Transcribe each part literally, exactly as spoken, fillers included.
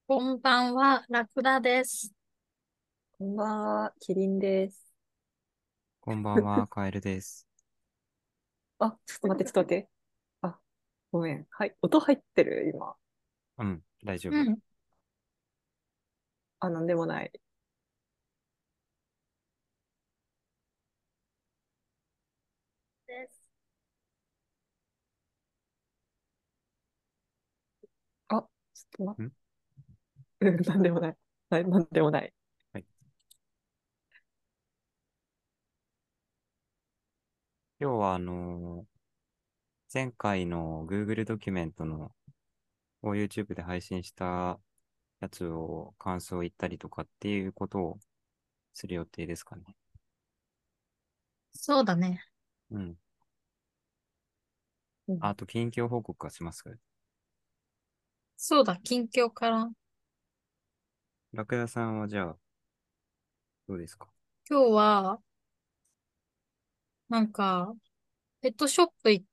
こんばんは、ラクダです。 こんばんは、キリンです。 こんばんは、カエルです。 あ、ちょっと待って、ちょっと待って。あ、ごめん。はい。音入ってる今。 うん、大丈夫。 うん。 あ、なんでもない。 です。 あ、ちょっと待っんて。うん、なんでもない。はい、なんでもない。 はい。今日は、あのー前回の Google ドキュメントのを YouTube で配信したやつを感想を言ったりとかっていうことをする予定ですかね。 そうだね。 うん。 うん。 あと、近況報告はしますか？ そうだ、近況から。 ラクダさんはじゃあ、どうですか？ 今日は、なんか、ペットショップ行って、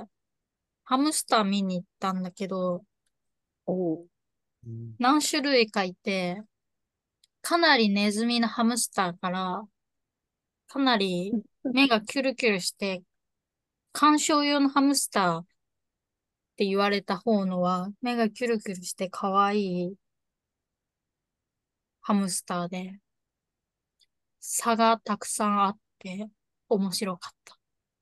ハムスター見に行ったんだけど、 おう。 うん。 何種類かいて、かなりネズミのハムスターから、かなり目がキュルキュルして、観賞用のハムスターって言われた方のは、目がキュルキュルして可愛いハムスターで、差がたくさんあって、面白かった。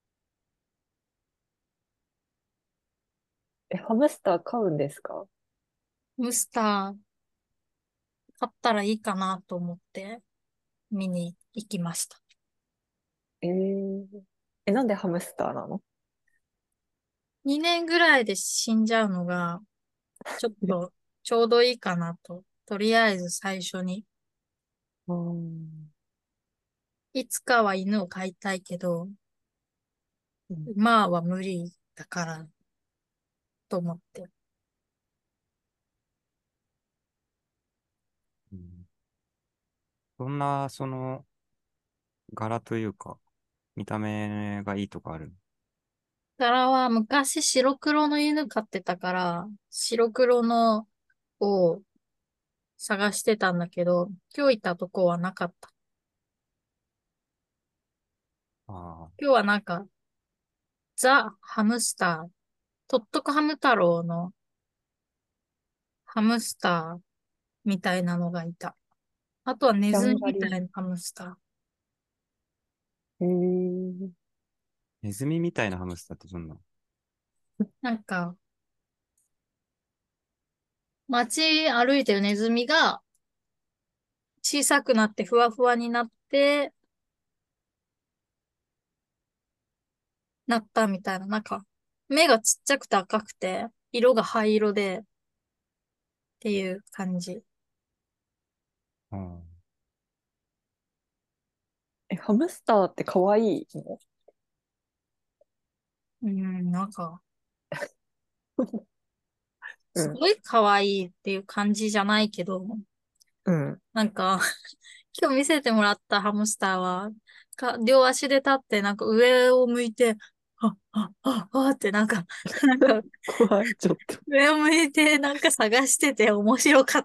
え、ハムスター飼うんですか？ ハムスター買ったらいいかなと思って見に行きました。 えー、え、なんでハムスターなの？ にねんぐらいで死んじゃうのがちょっえとちょうどいいかなと。とりあえず最初に。 うん。 いつかは犬を飼いたいけど、 うん。 今は無理だからと思って。 うん。そんな、その、柄というか、見た目がいいとかある？ 柄は昔白黒の犬飼ってたから、白黒のを探してたんだけど、今日行ったとこはなかった。 ああ今日はなんか、ザ・ハムスター、とっとこハム太郎のハムスターみたいなのがいた。あとはネジャズミンガリン。 みたいなハムスター。 えー、 ネズミみたいなハムスターってどんな？ なんか、街歩いてるネズミが小さくなってふわふわになってなったみたいな。なんか、目がちっちゃくて赤くて、色が灰色でっていう感じ。 ああ。 え、ハムスターって可愛いの？ うん、なんか、すうん。 ごい可愛いっていう感じじゃないけど、 うん。 なんか今日見せてもらったハムスターは、か、両足で立って、なんか上を向いて、はっ、はっ、はっ、はっってなんか、なんか怖い、ちょっと。 上を向いてなんか探してて面白かった。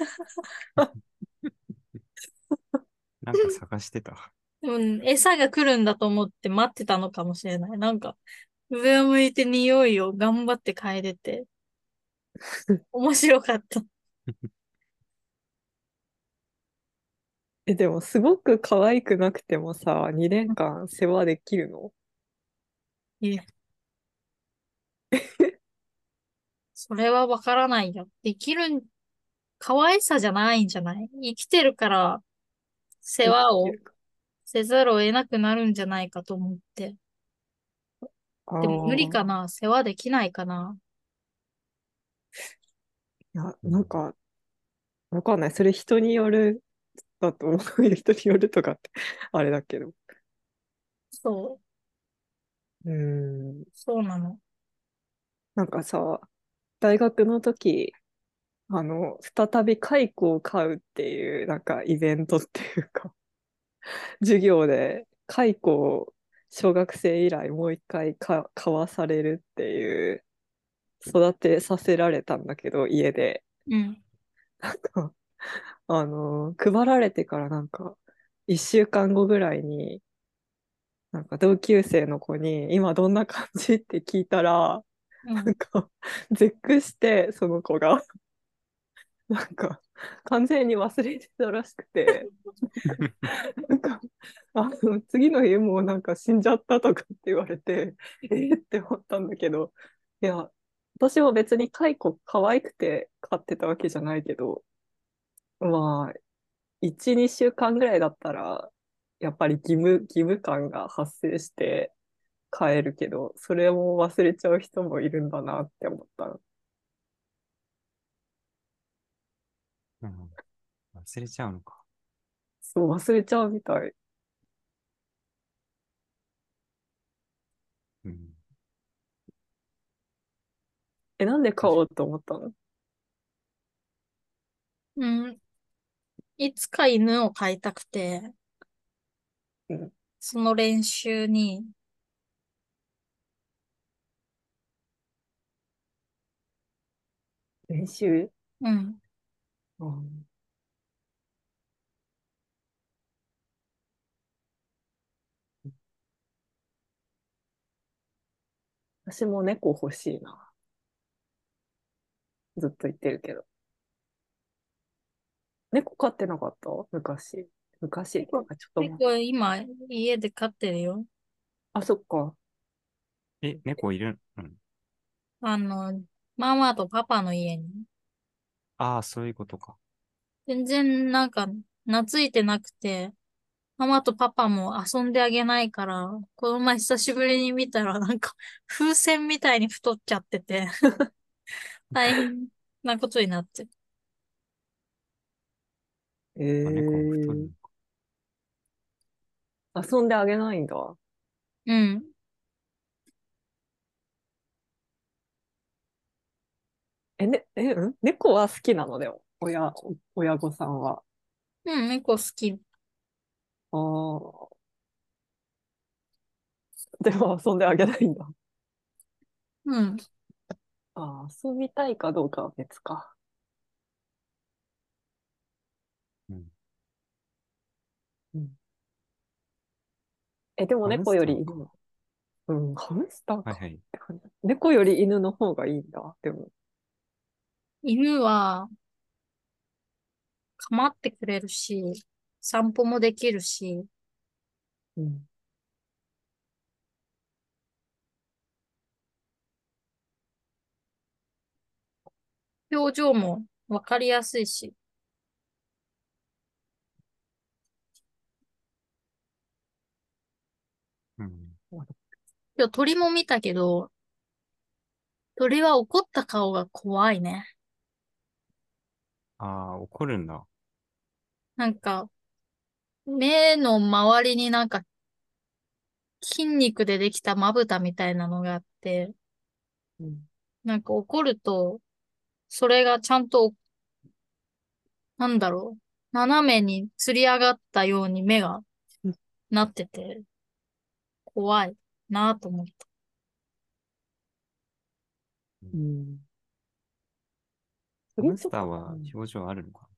なんか探してた。 うん、餌が来るんだと思って待ってたのかもしれない。なんか、上を向いて匂いを頑張って嗅いでて、面白かった。 え、でもすごく可愛くなくてもさ、にねんかん世話できるの？ いえ、それはわからないよ。できるん、可愛さじゃないんじゃない？生きてるから世生き話をてるか。 せざるを得なくなるんじゃないかと思って。 あでも無理かあ。 な？世話できないかな？ いや、 うん。 なんか、わかんない。それ人によるだと思うよ。人によるとかってあれだけど。 そう、 うーん。 そうなの。 なんかさ、大学の時、あの、再び蚕を飼うっていう、なんかイベントっていうか、授業で蚕を小学生以来もう一回か飼わされるっていう、育てさせられたんだけど、家で。 うん。 なんか、あの、配られてからなんか、一週間後ぐらいに、なんか同級生の子に、今どんな感じって聞いたら、 うん。 なんか、絶句して、その子が、なんか、完全に忘れてたらしくて、なんか、あの、次の日もうなんか死んじゃったとかって言われて、えーって思ったんだけど、いや、私も別に蚕可愛くて飼ってたわけじゃないけど、まあ、いち、にしゅうかんぐらいだったら、やっぱり義務、義務感が発生して飼えるけど、それも忘れちゃう人もいるんだなって思ったの。 うん、忘れちゃうのか。 そう、忘れちゃうみたい。 うん。 え、なんで飼確かおうと思ったの？ うん。いつか犬を飼いたくて、 うん、 その練習に、 練習。 うん。 うん、私も猫欲しいな。ずっと言ってるけど。猫飼ってなかった昔。昔っていう猫、 か、ちょっとも。 猫今家で飼ってるよ。 あ、そっか。 え、猫いる？うん。 あの、ママとパパの家に。 ああ、そういうことか。 全然なんか懐いてなくて、ママとパパも遊んであげないから、この前久しぶりに見たらなんか風船みたいに太っちゃってて大変なことになってる。 あ、猫も太るえのか。 ー、遊んであげないんだ。 うん。 え、ね、え、うん猫は好きなのでも、親、親御さんは。 うん、猫好き。 ああ、でも遊んであげないんだ。 うん。 ああ、遊びたいかどうかは別か。 うん。 うん、え、でもハムス猫よターか。 り犬、うん、ハムスターかはいはい。 って感じ。猫より犬の方がいいんだ。でも。 犬は構ってくれるし、散歩もできるし、 うん。 表情もわかりやすいし。 うん。 今日鳥も見たけど、鳥は怒った顔が怖いね。 ああ、怒るんだ。 なんか、目の周りになんか筋肉でできたまぶたみたいなのがあって、 うん。 なんか怒ると、それがちゃんと、なんだろう、斜めに吊り上がったように目がなってて、怖いなと思った。 うん。 うん。 ハムス鳥とか、うターはん、 表情あるのか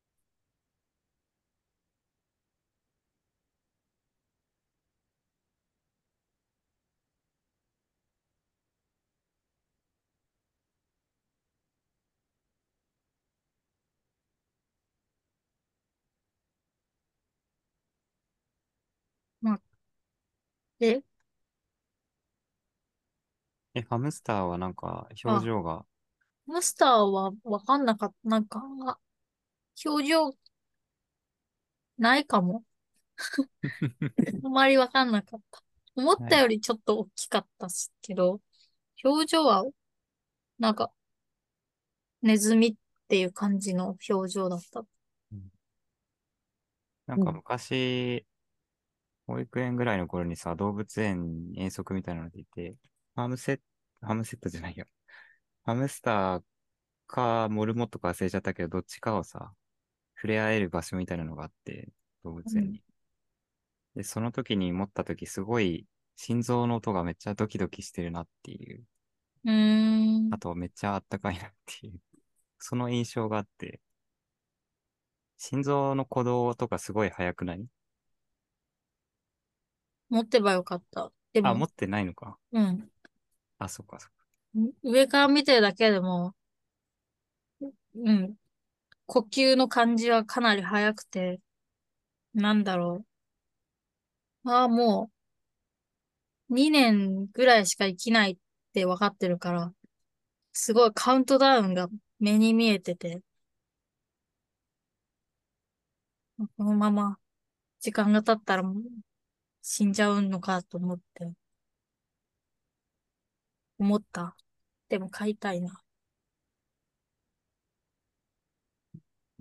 まあ、で、 な？え、ハムスターはなんか表あ、 情が、 ハムスターはわかんなかった。なんか、あ表情ないかも。あまりわかんなかった。思っない。 たよりちょっと大きかったっすけど、表情は、なんか、ネズミっていう感じの表情だった。 うん。なんかうん、 昔、保育園ぐらいの頃にさ、動物園に遠足みたいなのでいて、ハムセット、ハムセットじゃないよ。ハムスターかモルモットか忘れちゃったけど、どっちかをさ、触れ合える場所みたいなのがあって、動うん。 物園に。で、その時に持った時、すごい心臓の音がめっちゃドキドキしてるなっていう。 うーん。 あと、めっちゃあったかいなっていう。その印象があって、 心臓の鼓動とかすごい速くない？ 持ってばよかった。であ、 も、 持ってないのか。 うん。 あ、そっかそっか。 上から見てるだけでも、うん。呼吸の感じはかなり速くて、なんだろう。ああ、もうにねんぐらいしか生きないって分かってるから、すごいカウントダウンが目に見えてて、このまま時間が経ったらもう死んじゃうのかと思って、思った。でも買いたいな。 うん。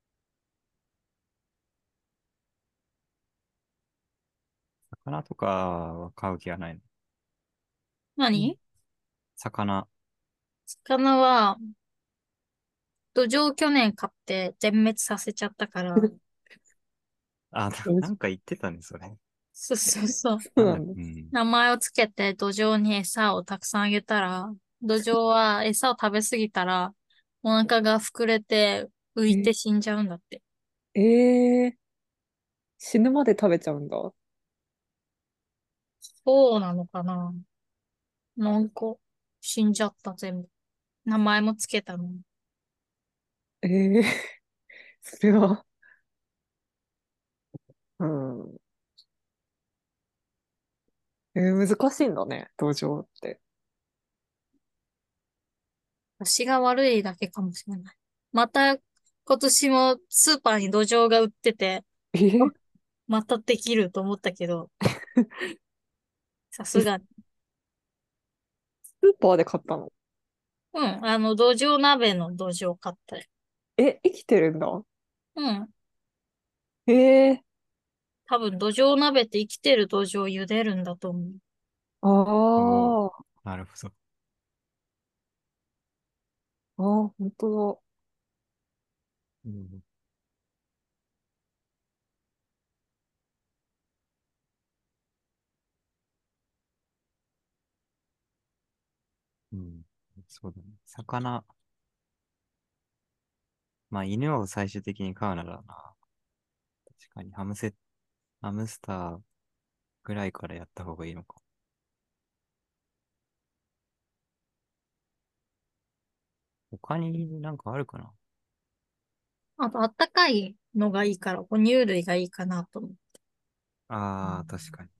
魚とかは買う気はないの？ 何？ 魚。 魚は、土壌去年買って全滅させちゃったから、 あ、 うんなんか言ってたね、それ。 そうそうそう。 なんだ、 そうなんだ。 うん。 名前をつけて土壌に餌をたくさんあげたら、土壌は餌を食べ過ぎたら、お腹が膨れて浮いえ、 て死んじゃうんだって。 えー、死ぬまで食べちゃうんだ。 そうなのかな？なんか、死んじゃった全部。名前もつけたのに。 えー、それは、うん。えー、難しいんだね、土壌って。 私が悪いだけかもしれない。また、今年もスーパーに土壌が売ってて、 えあ、 ー、 またできると思ったけど、さえスすがに。 ーパーで買ったの？ うん、あの、土壌鍋の土壌買ったよ。 え、生きてるんだ。 うん。 えー、 多分土壌鍋って生きてる土壌を茹でるんだと思う。 あおー、 ー、 なるほど。 あー、本当うん。うん。そうだね。魚。まあ、犬を最終的に飼うならな。確かに、ハムセ、ハムスターぐらいからやった方がいいのか。他になんかあるかな？ あと、あったかいのがいいから、哺乳類がいいかなと思う。 ああー、確かに。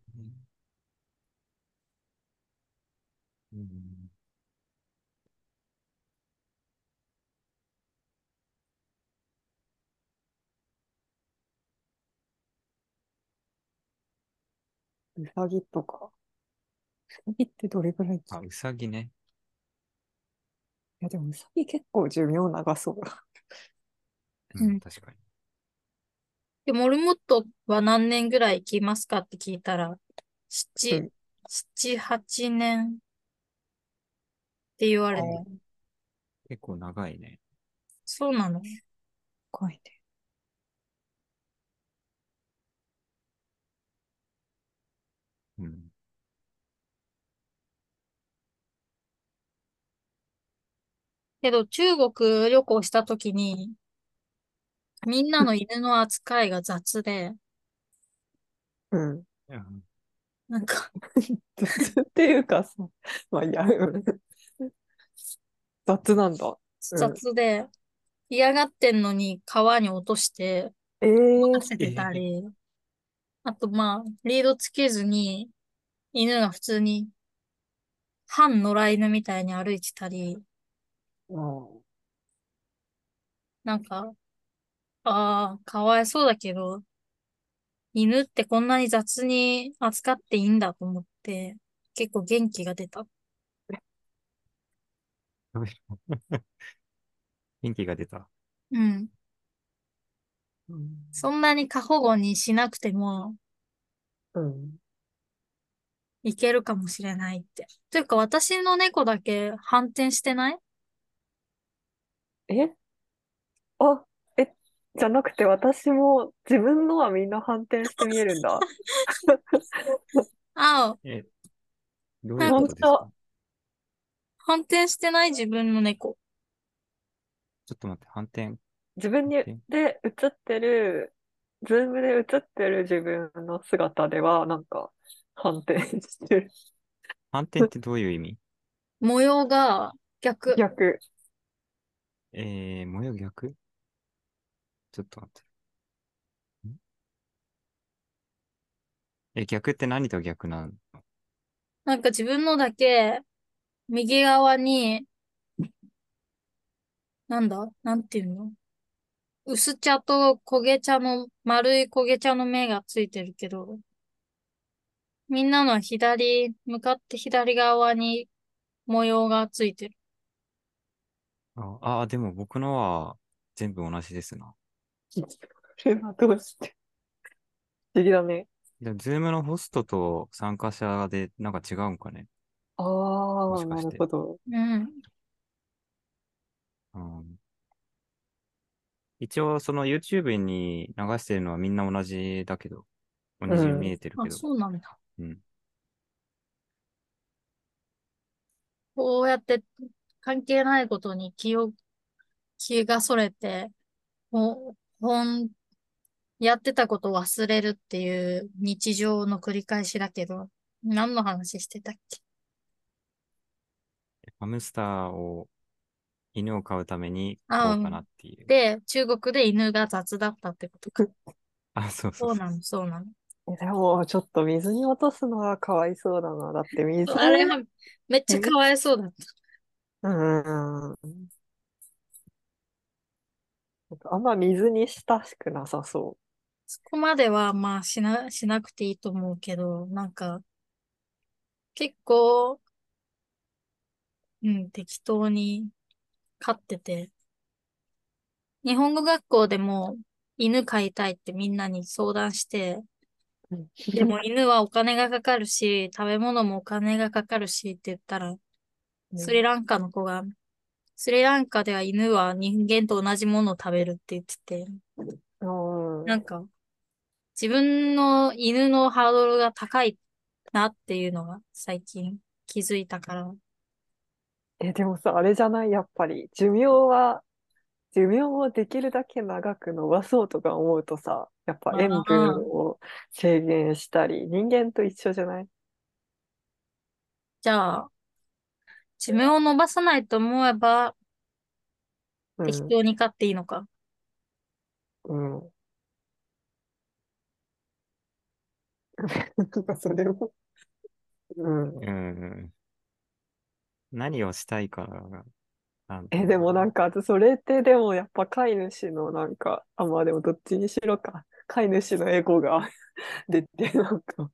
うん。 だ。うさぎとか。うさぎってどれぐらい？いあ、うさぎね。 や、でもうさぎ結構寿命長そうだ。 うん、 うん。 確かに。 で、モルモットは何年ぐらい生きますかって聞いたら、なな、 うん。 なな、はちねんって言われて。 ああ、 結構長いね。 そうなの？ 怖いね。 うん。 けど、中国旅行した時に、みんなの犬の扱いが雑で、 うん。 うん。 なんか、 雑っていうかさ、まあ、いや、うん雑なんだ。うん。 雑で、嫌がってんのに川に落としてえー、 任せてたええ。 り、あとまあ、リードつけずに犬が普通に半野良犬みたいに歩いてたり、 あーなんか、ああ、かわいそうだけど、犬ってこんなに雑に扱っていいんだと思って、結構元気が出た。 どうしよう。元気が出た。 うん。 うん。 そんなに過保護にしなくてもうん。 いけるかもしれないって。というか私の猫だけ反転してない？ えあ、え、じゃなくて私も自分のはみんな反転して見えるんだ。 ああ、 え、どういうなんかことですか？ 本当？ 反転してない自分の猫。 ちょっと待って、反転。 自分にで、 で映ってる、ズームで映ってる自分の姿では、なんか、反転してる。 反転ってどういう意味？ 模様が逆。 逆。 えー、模様逆？ちょっと待って。んえ、逆って何と逆なの？ なんか自分のだけ、右側に、なんだなんていうの、薄茶と焦げ茶の、丸い焦げ茶の目がついてるけど、みんなのは左、向かって左側に模様がついてる。 あ、あー、でも僕のは全部同じですな。 それはどうして。不思議だね。 で、ズームのホストと参加者でなんか違うんかね？ ああ、なもしかして。 るほど。 うん。 うん、一応、その YouTube に流してるのはみんな同じだけど、同じに見うん。 あ、 えてるけど。 そうなんだ。 うん。 こうやって関係ないことに気を、気がそれて、ほ、ほん、やってたことを忘れるっていう日常の繰り返しだけど、何の話してたっけ？ ハムスターを、犬を飼うために飼おあ、 うかなうん。 っていう。 で、中国で犬が雑だったってことか。 あ、そうそうそそうなの、そうなの。 えでも、ちょっと水に落とすのはかわいそうだな。だって水、 あれはめっちゃか水、 わいそうだった。 うん。なんかあんま水に親しくなさそそこまではまあしな、しなくていいと思うけど、なんか結構、うん、適当に飼ってて、日本語学校でも犬飼いたいってみんなに相談して、 う。うん。 でも犬はお金がかかるし、食べ物もお金がかかるしって言ったら、スリランカの子が、スリランカでは犬は人間と同じものを食べるって言ってて、 うん。 なんか自分の犬のハードルが高いなっていうのが最近気づいたから。 え、でもさ、あれじゃないやっぱり。寿命は、寿命をできるだけ長く伸ばそうとか思うとさ、やっぱあ塩分あ、 を制限したり、人間と一緒じゃない？ じゃあ、寿命を伸ばさないと思えばうん。 適当に飼っていいのか。 うん。なんかそれも、うう。 ん。 うん。何をしたいかが、なんだえ、 ろうでもなんな。 か、それってでもやっぱ飼い主のなんか、あ、まあでもどっちにしろか。飼い主のエゴが出て、なんか、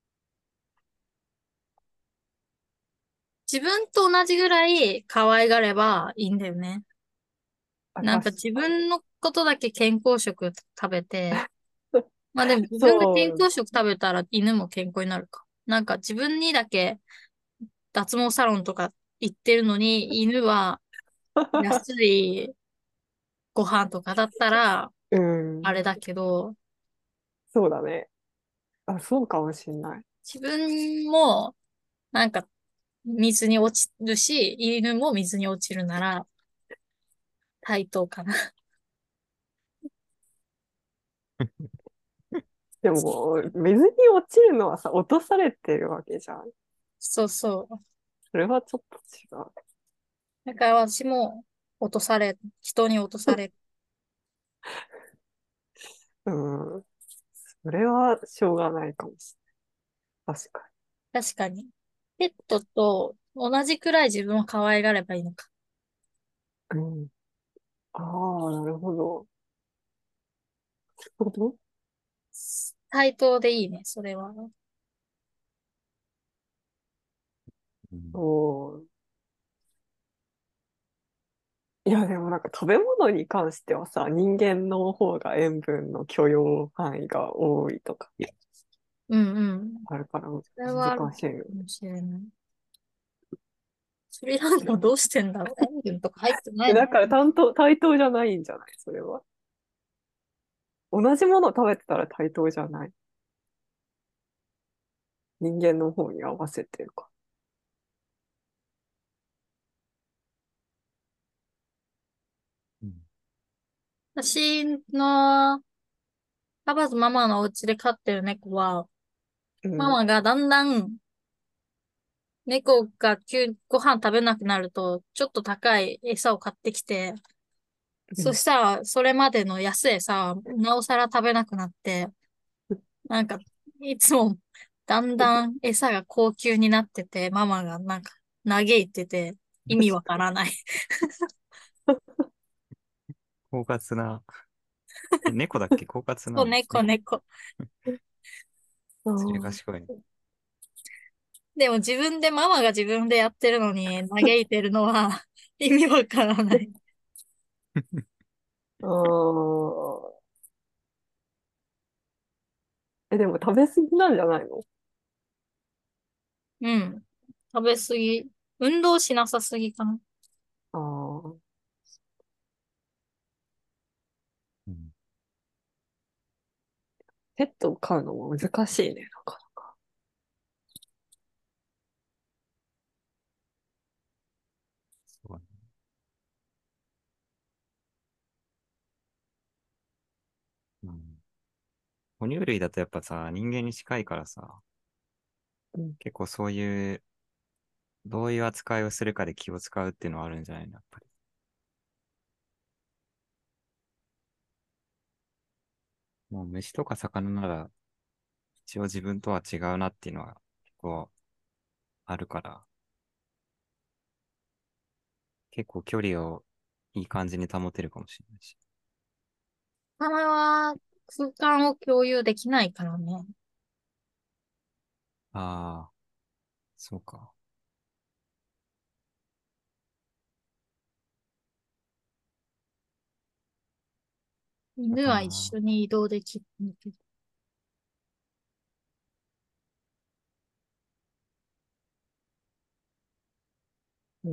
自分と同じぐらい可愛がればいいんだよね。 あ、確なんか自かに。 分のことだけ健康食食べて、まあでも自分が健そう、 康食食べたら犬も健康になるか。なんか自分にだけ脱毛サロンとか行ってるのに犬は安いご飯とかだったらうん、 あれだけど、 そうだね。あ、そうかもしんない。 自分もなんか水に落ちるし、犬も水に落ちるなら対等かな。 でも、水に落ちるのはさ、落とされてるわけじゃん。 そうそう。 それはちょっと違う。 だから私も落とされ、人に落とされ、 うん。それはしょうがないかもしれない。確か確かに。ペットと同じくらい自分を可愛がればいいのか。 に。うん。ああ、なるほど。なるほど。 対等でいいね、それは。 うん。 おー。いや、でもなんか食べ物に関してはさ、人間の方が塩分の許容範囲が多いとかうんうん。 あるからそれはあるか難しいよね。 もしれない。スリランカどうしてんだろう。塩分とか入ってないの？ でだから担当、対等じゃないんじゃない？それは。同じものを食べてたら対等じゃない。人間の方に合わせてるか。 うん。 私のパパとママのお家で飼ってる猫は、 うん。 ママがだんだん猫が急ご飯食べなくなると、ちょっと高い餌を買ってきて、 うん。 そしたら、それまでの安い餌はなおさら食べなくなって、なんか、いつも、だんだん餌が高級になってて、ママがなんか、嘆いてて、意味わからない。 狡猾な、え猫だっけ狡猾そう、 なの猫、 猫。 猫。 あそれー賢い。 でも自分で、ママが自分でやってるのに、嘆いてるのは意味わからない。 あー。え、でも食べ過ぎなんじゃないの？ うん。食べ過ぎ。運動しなさすぎかな。 ああ。 うん、 ペットを飼うのも難しいね、なかなか。 そうだね。うん、哺乳類だとやっぱさ、人間に近いからさ、 うん。 結構そういう、どういう扱いをするかで気を使うっていうのはあるんじゃないの、やっぱり。もう虫とか魚なら、一応自分とは違うなっていうのは結構あるから、結構距離をいい感じに保てるかもしれないし。 ママは空間を共有できないからね。 ああ、そうか。 犬は一魚、 緒に移動できるんだけど。 うん。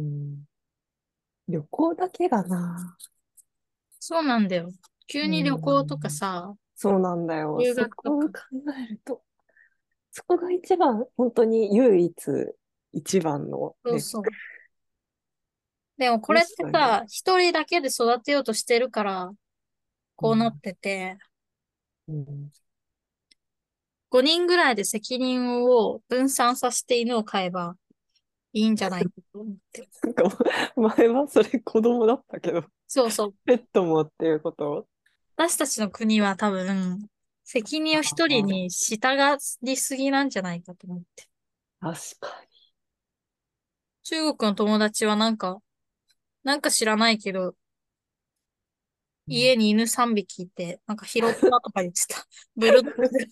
旅行だけがな。 そうなんだよ。急うに旅行とかん。 さ、 そうなんだよ。 留そ学とか。 こを考えると、そこが一番、本当に唯一、一番のね、 そうそう。でもこれっ確かに。 てさ、一人だけで育てようとしてるから、 うん。 こうなってて、 うん。 ごにんぐらいで責任を分散させて犬を飼えばいいんじゃないかと思ってる。 なんか、前はそれ子供だったけど、 そうそう。 ペットもっていうこと。 私たちの国は多分、責任を一人あに従いすぎなんじゃないかと思って。 あ、確か中国の友達はなんか、なんか知らないけど、 に。 家に犬さんびきいて、なんか拾ったとか言ってた。ブルドッグ。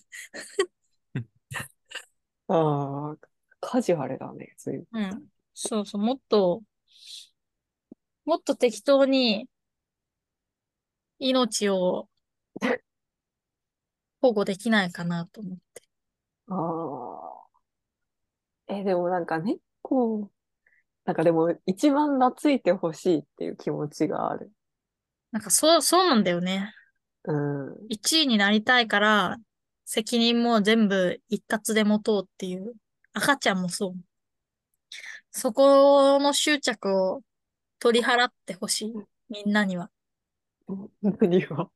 ああ、カジュアルだね、随分。 うん。そうそう、もっと、もっと適当に命を保護できないかなと思って。 ああ。え、でもなんか猫、なんかでも一番懐いてほしいっていう気持ちがある。 なんかそう、そうなんだよね。 うん。 いちいになりたいから、責任も全部一括で持とうっていう。赤ちゃんもそう。そこの執着を取り払ってほしい。みんなには。 何が？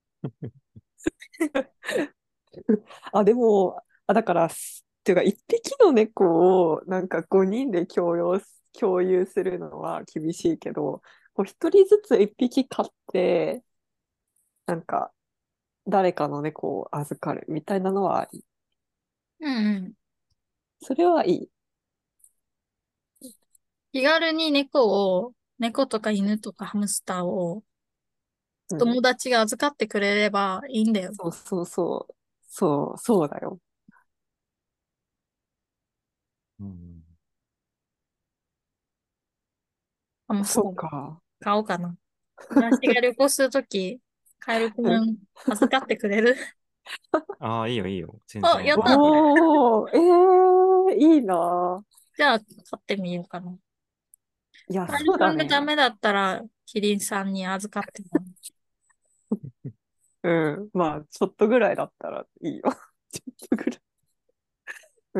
あ、でも、あ、だから、すっていうか、一匹の猫をなんかごにんで共用す、共有するのは厳しいけど、こう一人ずつ一匹飼って、なんか誰かの猫を預かるみたいなのはあり。 うんうん。 それはいい。 気軽に猫を、猫とか犬とかハムスターをうん。 友達が預かってくれればいいんだよ。 そうそうそう。そう、そうだよ。 うん、 ハムスタそうーか。 買おうかな。私が旅行するとき、カエルくうん。 ん預かってくれる？ ああ、いいよ、いいよ。全あ、や然。 ったの？ おー、えー、いいな。 じゃあ、買ってみようかな。 いや、 カエルそうくんがダだね。 メだったら、キリンさんに預かってもらう。 うん。まあ、ちょっとぐらいだったらいいよ。ちょっとぐらい。うん。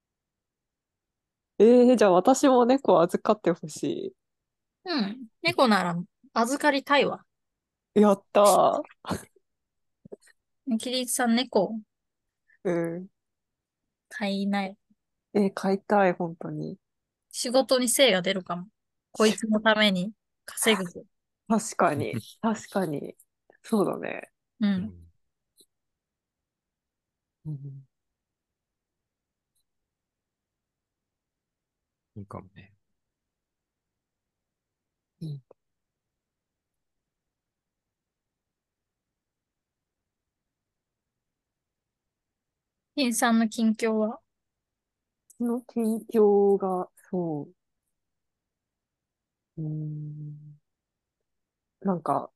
えー、じゃあ私も猫預かってほしい。 うん。猫なら預かりたいわ。 やったー。 キリンさん猫うん。 飼いない。 え、買いたい、本当に。 仕事に精が出るかも。こいつのために稼ぐぞ。 確かに。確かに。そうだね。 うん。 うん。 うん。 いいかもね。 うん。 キリンさんの近況は？ その近況が、そう。うん。なんか、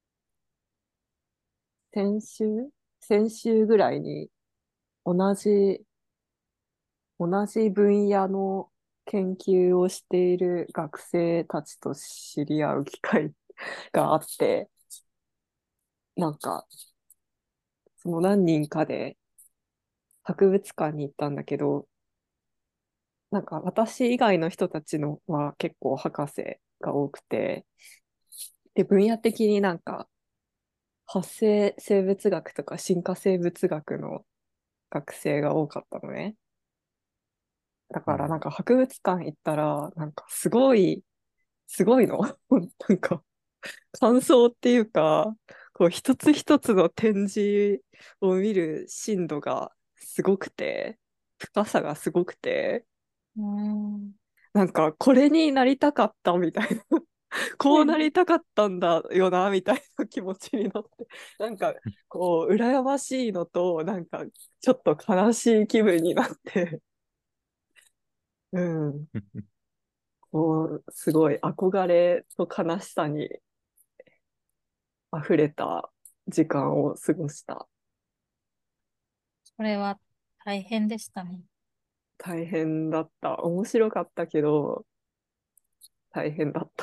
先週先週ぐらいに同じ、同じ分野の研究をしている学生たちと知り合う機会があって、なんか、その何人かで博物館に行ったんだけど、なんか私以外の人たちのは結構博士が多くて、で、分野的になんか発生生物学とか進化生物学の学生が多かったのね。だうん。 からなんか博物館行ったら、なんかすごい、すごいの。なんか感想っていうか、こう一つ一つの展示を見る深度がすごくて、深さがすごくて、 うーん。 なんかこれになりたかったみたいな、こうなりたかったんだよなみたいな気持ちになって、なんかこう羨ましいのと、なんかちょっと悲しい気分になって、うん、こうすごい憧れと悲しさに溢れた時間を過ごした。 これは大変でしたね。 大変だった。面白かったけど、大変だった。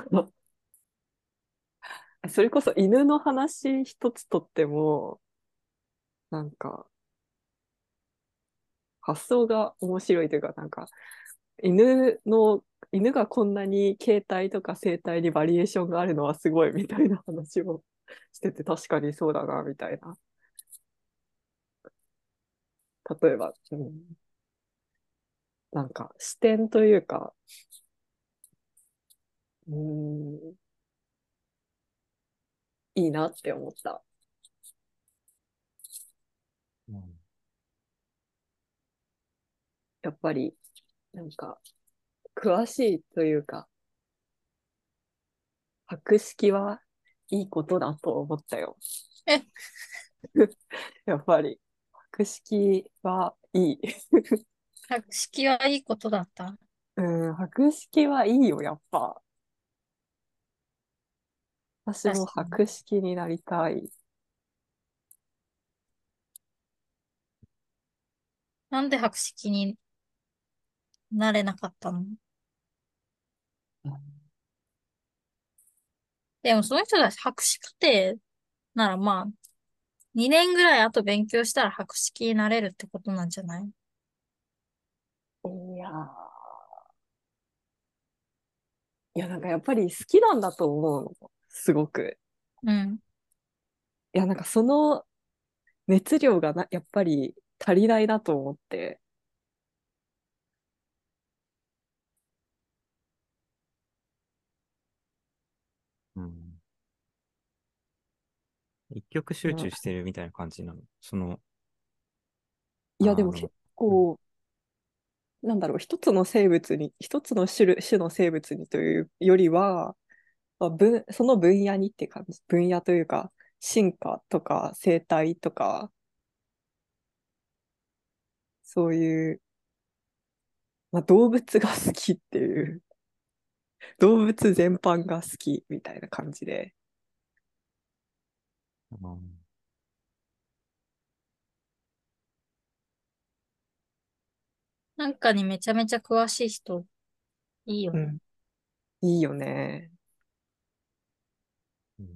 それこそ犬の話一つとっても、なんか発想が面白いというか、なんか犬の、犬がこんなに形態とか生態にバリエーションがあるのはすごいみたいな話をしてて、確かにそうだな、みたいな。例えば、うん、なんか視点というか、うん、いいなって思った。 うん。 やっぱり、なんか、詳しいというか、博識はいいことだと思ったよ。 え、 やっぱり、博識はいい。 格式はいいことだった。 うん、博識はいいよ、やっぱ。私も確かに。 博識になりたい。 なんで博識になれなかったの？でもその人たち博士課程ならまあ、にねんぐらい後勉強したら博識になれるってことなんじゃない？ いやー、いや、なんかやっぱり好きなんだと思うの。すごく。 うん。 いや、なんかその熱量がな、やっぱり足りないなと思って。 うん。一極集うん、 中してるみたいな感じなの。その、 いや、であの、 も結うん。 構、なんだろう、一つの生物に、一つの種類、種の生物にというよりは、まあ、分、その分野にって感じ。分野というか、進化とか生態とか、そういう、まあ、動物が好きっていう、動物全般が好きみたいな感じで。 うん。 なんかにめちゃめちゃ詳しい人、いいよね。 うん。いいよね。 うん。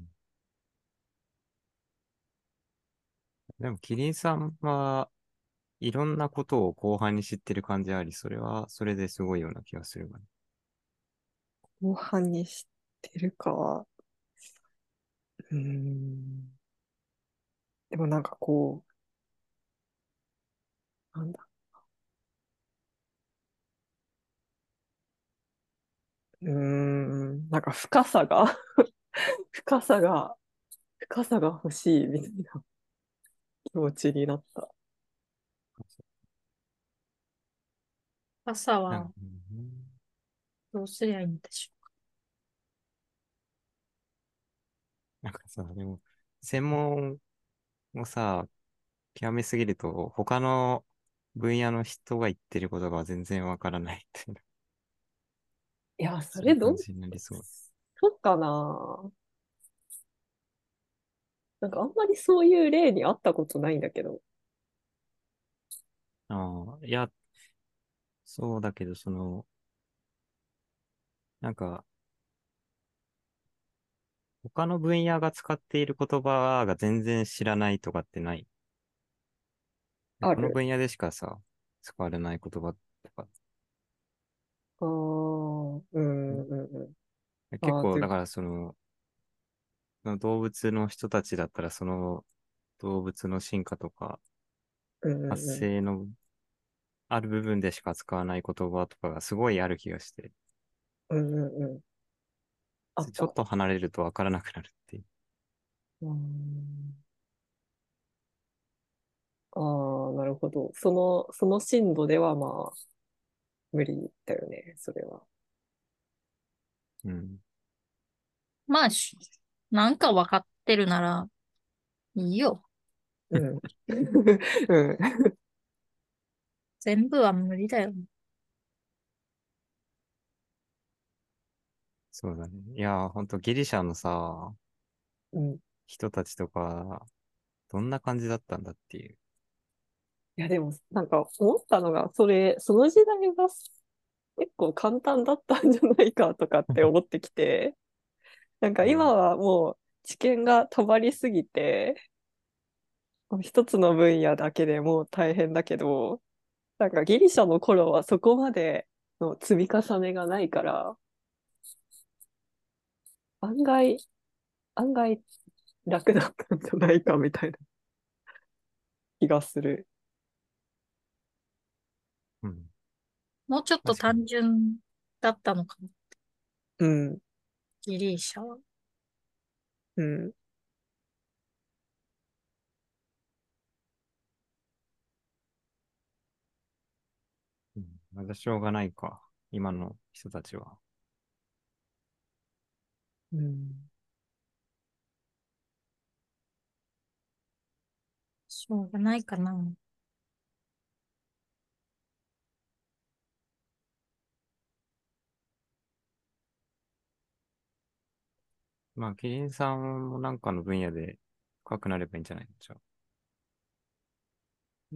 でも、キリンさんはいろんなことを後半に知ってる感じあり、それはそれですごいような気がするわね。 後半に知ってるか。 うーん。でもなんかこう、なんだ。うーん。なんか深さが深さが、深さが欲しいみたいな気持ちになった。 朝はなんか、うんどうすりゃいいんでしょなんかさ、でも、専門をさ、極めすぎると、他の分野の人が言ってることが全然わからないっていう、 いや、それどう、 そういう感じになりそう。 そうかな。なんかあんまりそういう例にあったことないんだけど。 ああ、いや、そうだけど、その、なんか、他の分野が使っている言葉が全然知らないとかってない。このある。 分野でしかさ、使われない言葉とか。 ああ、うんうんうん。ああ、 結構、 というか、 だからその、その動物の人たちだったら、その動物の進化とか、 うん発うんうん。 生のある部分でしか使わない言葉とかがすごいある気がして、 うんうんうん。あった。 ちょっと離れるとわからなくなるっていう。 うん。ああ、なるほど。その、その進度ではまあ、無理だよね、それは。 うん。 う。まあ、しなんか分かってるならいいよ。 うん。うん。 全部は無理だよ。 そうだね。いやー、ほんとギリシャのさ、 うん。 人たちとか、どんな感じだったんだっていう。 いや、でも、なんか思ったのが、それ、その時代が結構簡単だったんじゃないかとかって思ってきて、なんかうん。 今はもう知見がたまりすぎて、一つの分野だけでもう大変だけど、なんかギリシャの頃はそこまでの積み重ねがないから、案外、案外楽だったんじゃないかみたいな気がする。 うん。 もうちょっと確かに。 単純だったのかも。 うん、 ギリシャは。 うん、 うん。まだしょうがないか。今の人たちは。 うん。 しょうがないかな。 まあ、キリンさんもなんかの分野で深くなればいいんじゃないのじゃあ。 うん。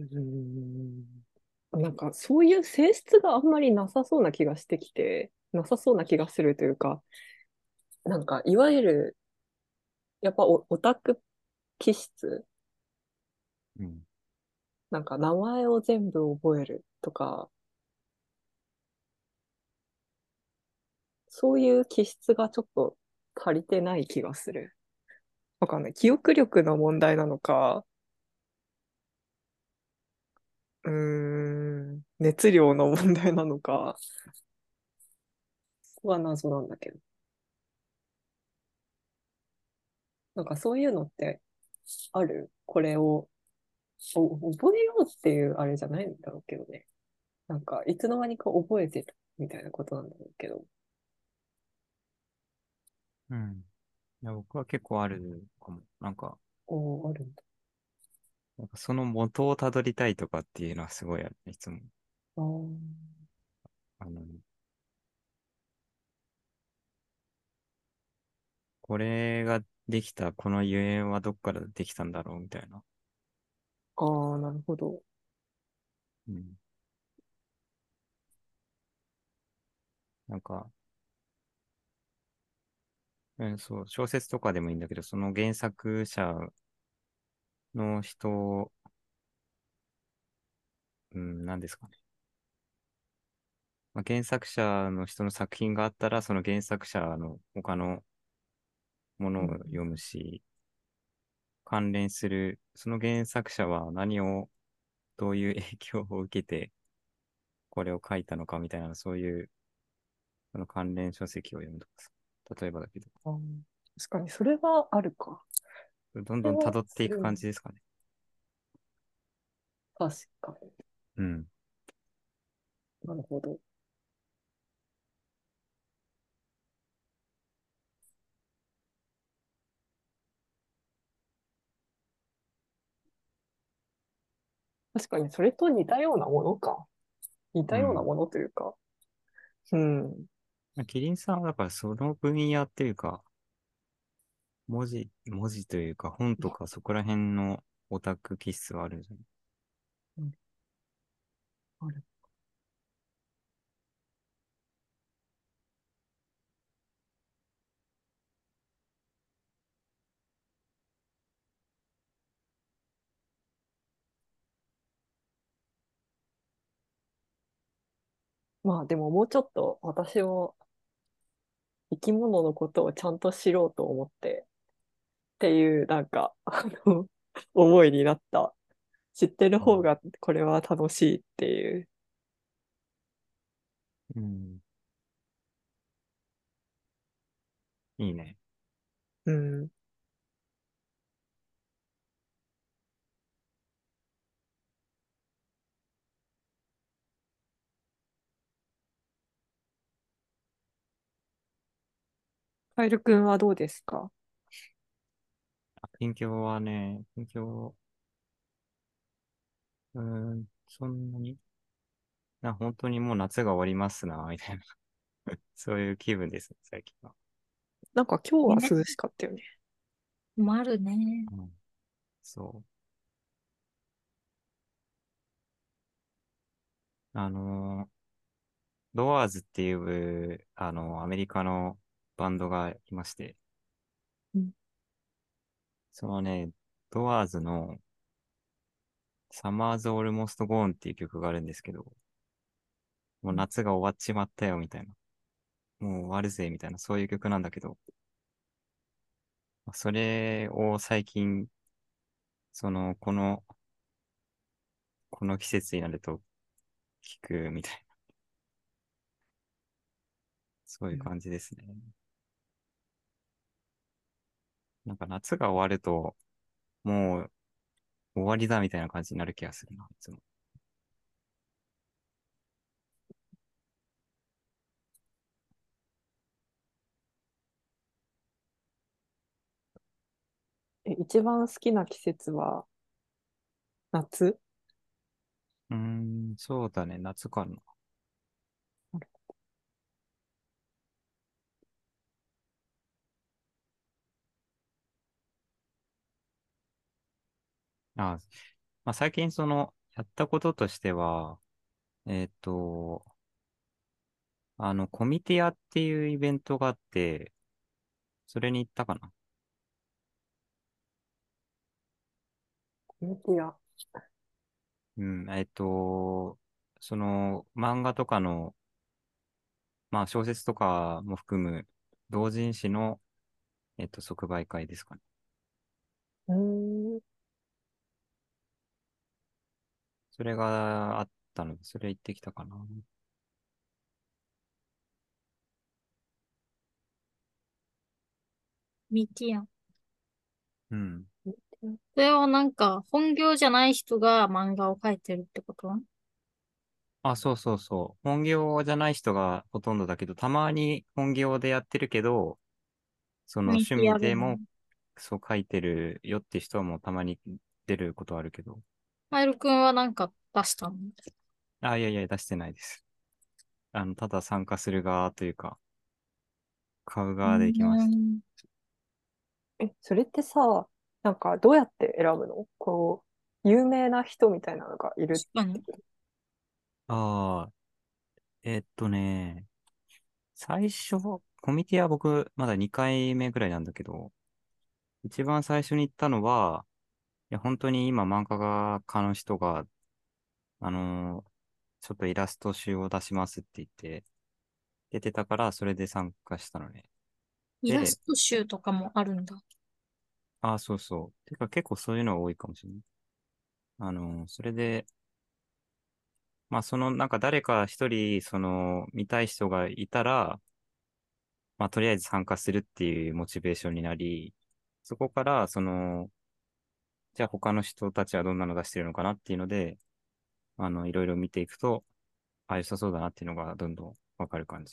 なんかそういう性質があんまりなさそうな気がしてきて、なさそうな気がするというか、なんかいわゆるやっぱオ、オタク気質、 うん。 なんか名前を全部覚えるとか、そういう気質がちょっと足りてない気がする。わかんない。記憶力の問題なのか、うーん、熱量の問題なのか、そこは謎なんだけど。なんかそういうのってあるこれをお覚えようっていうあれじゃないんだろうけどね。なんかいつの間にか覚えてたみたいなことなんだろうけど。 うん。いや、僕は結構あるかも。なんか、 おー、あるんだ。 なんかその元をたどりたいとかっていうのはすごいあるね。いつも。 あー、 あの、これができた、このゆえんはどっからできたんだろうみたいな。 あー、なるほど。 うん。なんか、うん、そう、小説とかでもいいんだけど、その原作者の人、うん、なんですかね。まあ、原作者の人の作品があったら、その原作者の他のものをうん。 読むし、関連する、その原作者は何を、どういう影響を受けて、これを書いたのかみたいな、そういう、その関連書籍を読むとかさ、例えばだけど、 あー確かに、それはあるか。 どんどんそれは辿っていくするの。 感じですかね。 確かに。 うん。 なるほど。確かに、それと似たようなものか。似たようなうん。 ものというか。うん。 キリンさんはだからその分野っていうか、文字、文字というか本とかそこら辺のオタク気質はあるんじゃない？ うん、ある。まあでももうちょっと私も生き物のことをちゃんと知ろうと思ってっていうなんかあの思いになった。知ってる方あ、 がこれは楽しいっていう。 うん。いいね。 うん。カエル君はどうですか？ あ、近況はね、近況、うーん、そんなに、な、本当にもう夏が終わりますな、みたいなそういう気分です、最近は。 なんか今日ね、 は涼しかったよね。 困るね。 うん、そう。あのードアーズっていう、あの、アメリカのバンドがいまして、 うん。 そのね、ドアーズの Summer's Almost Gone っていう曲があるんですけど、もう夏が終わっちまったよ、みたいな。もう終わるぜ、みたいな、そういう曲なんだけど、それを最近、その、この、この季節になると聞くみたいな、そういう感じですね。なんか夏が終わると、もう終わりだみたいな感じになる気がするな、いつも。 え、一番好きな季節は夏？ うーん、そうだね、夏かな。あ、まあ、最近その、やったこととしては、えっと、あの、コミティアっていうイベントがあって、それに行ったかな。 コミティア。 うん、えっと、その、漫画とかの、まあ小説とかも含む、同人誌の、えっと、即売会ですかね。 うーん。 それがあったので、それ行ってきたかな。 ミティアン。 うん。 それはなんか、本業じゃない人が漫画を描いてるってこと？ あ、そうそうそう。本業じゃない人がほとんどだけど、たまに本業でやってるけど、そのミ趣ティアでも。 味でもそう書いてるよって人はもうたまに出ることはあるけど。 カエル君はなんか出したの？ あ、いやいや、出してないです。あの、ただ参加する側というか、買ううー側で行きました。 ん。 え、それってさ、なんかどうやって選ぶの？こう、有名な人みたいなのがいる確かに。 ってこと？ ああ、えっとね、最初、コミティは僕、まだにかいめぐらいなんだけど、一番最初に行ったのは、いや、本当に今漫画家の人が、あのーちょっとイラスト集を出しますって言って、出てたから、それで参加したのね。 で、 イラスト集とかもあるんだ。 ああ、そうそう。てか結構そういうのが多いかもしれない。あの、それで、まあそのなんか誰か一人、その見たい人がいたら、まあとりあえず参加するっていうモチベーションになり、そこから、その、じゃあ他の人たちはどんなの出してるのかなっていうので、あの、いろいろ見ていくと、あ、良さそうだなっていうのがどんどんわかる感じ。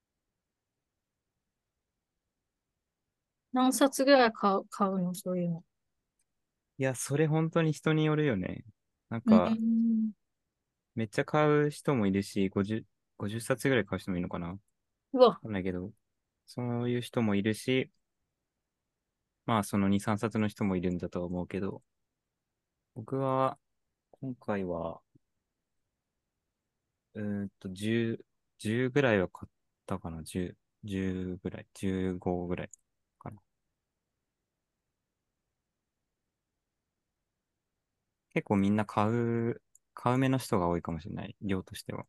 何冊ぐらい買う、買うのそういうの？ いや、それ本当に人によるよね。なんうーか、 ん。 めっちゃ買う人もいるし、ごじゅう、ごじゅっさつぐらい買う人もいるのかなわうわ、 かんないけど、そういう人もいるし、まあそのに、さんさつの人もいるんだとは思うけど、僕は今回は、うーんとじゅう、じゅうぐらいは買ったかな。じゅう、じゅうぐらい、じゅうごぐらいかな。結構みんな買う、買う目の人が多いかもしれない。量としては。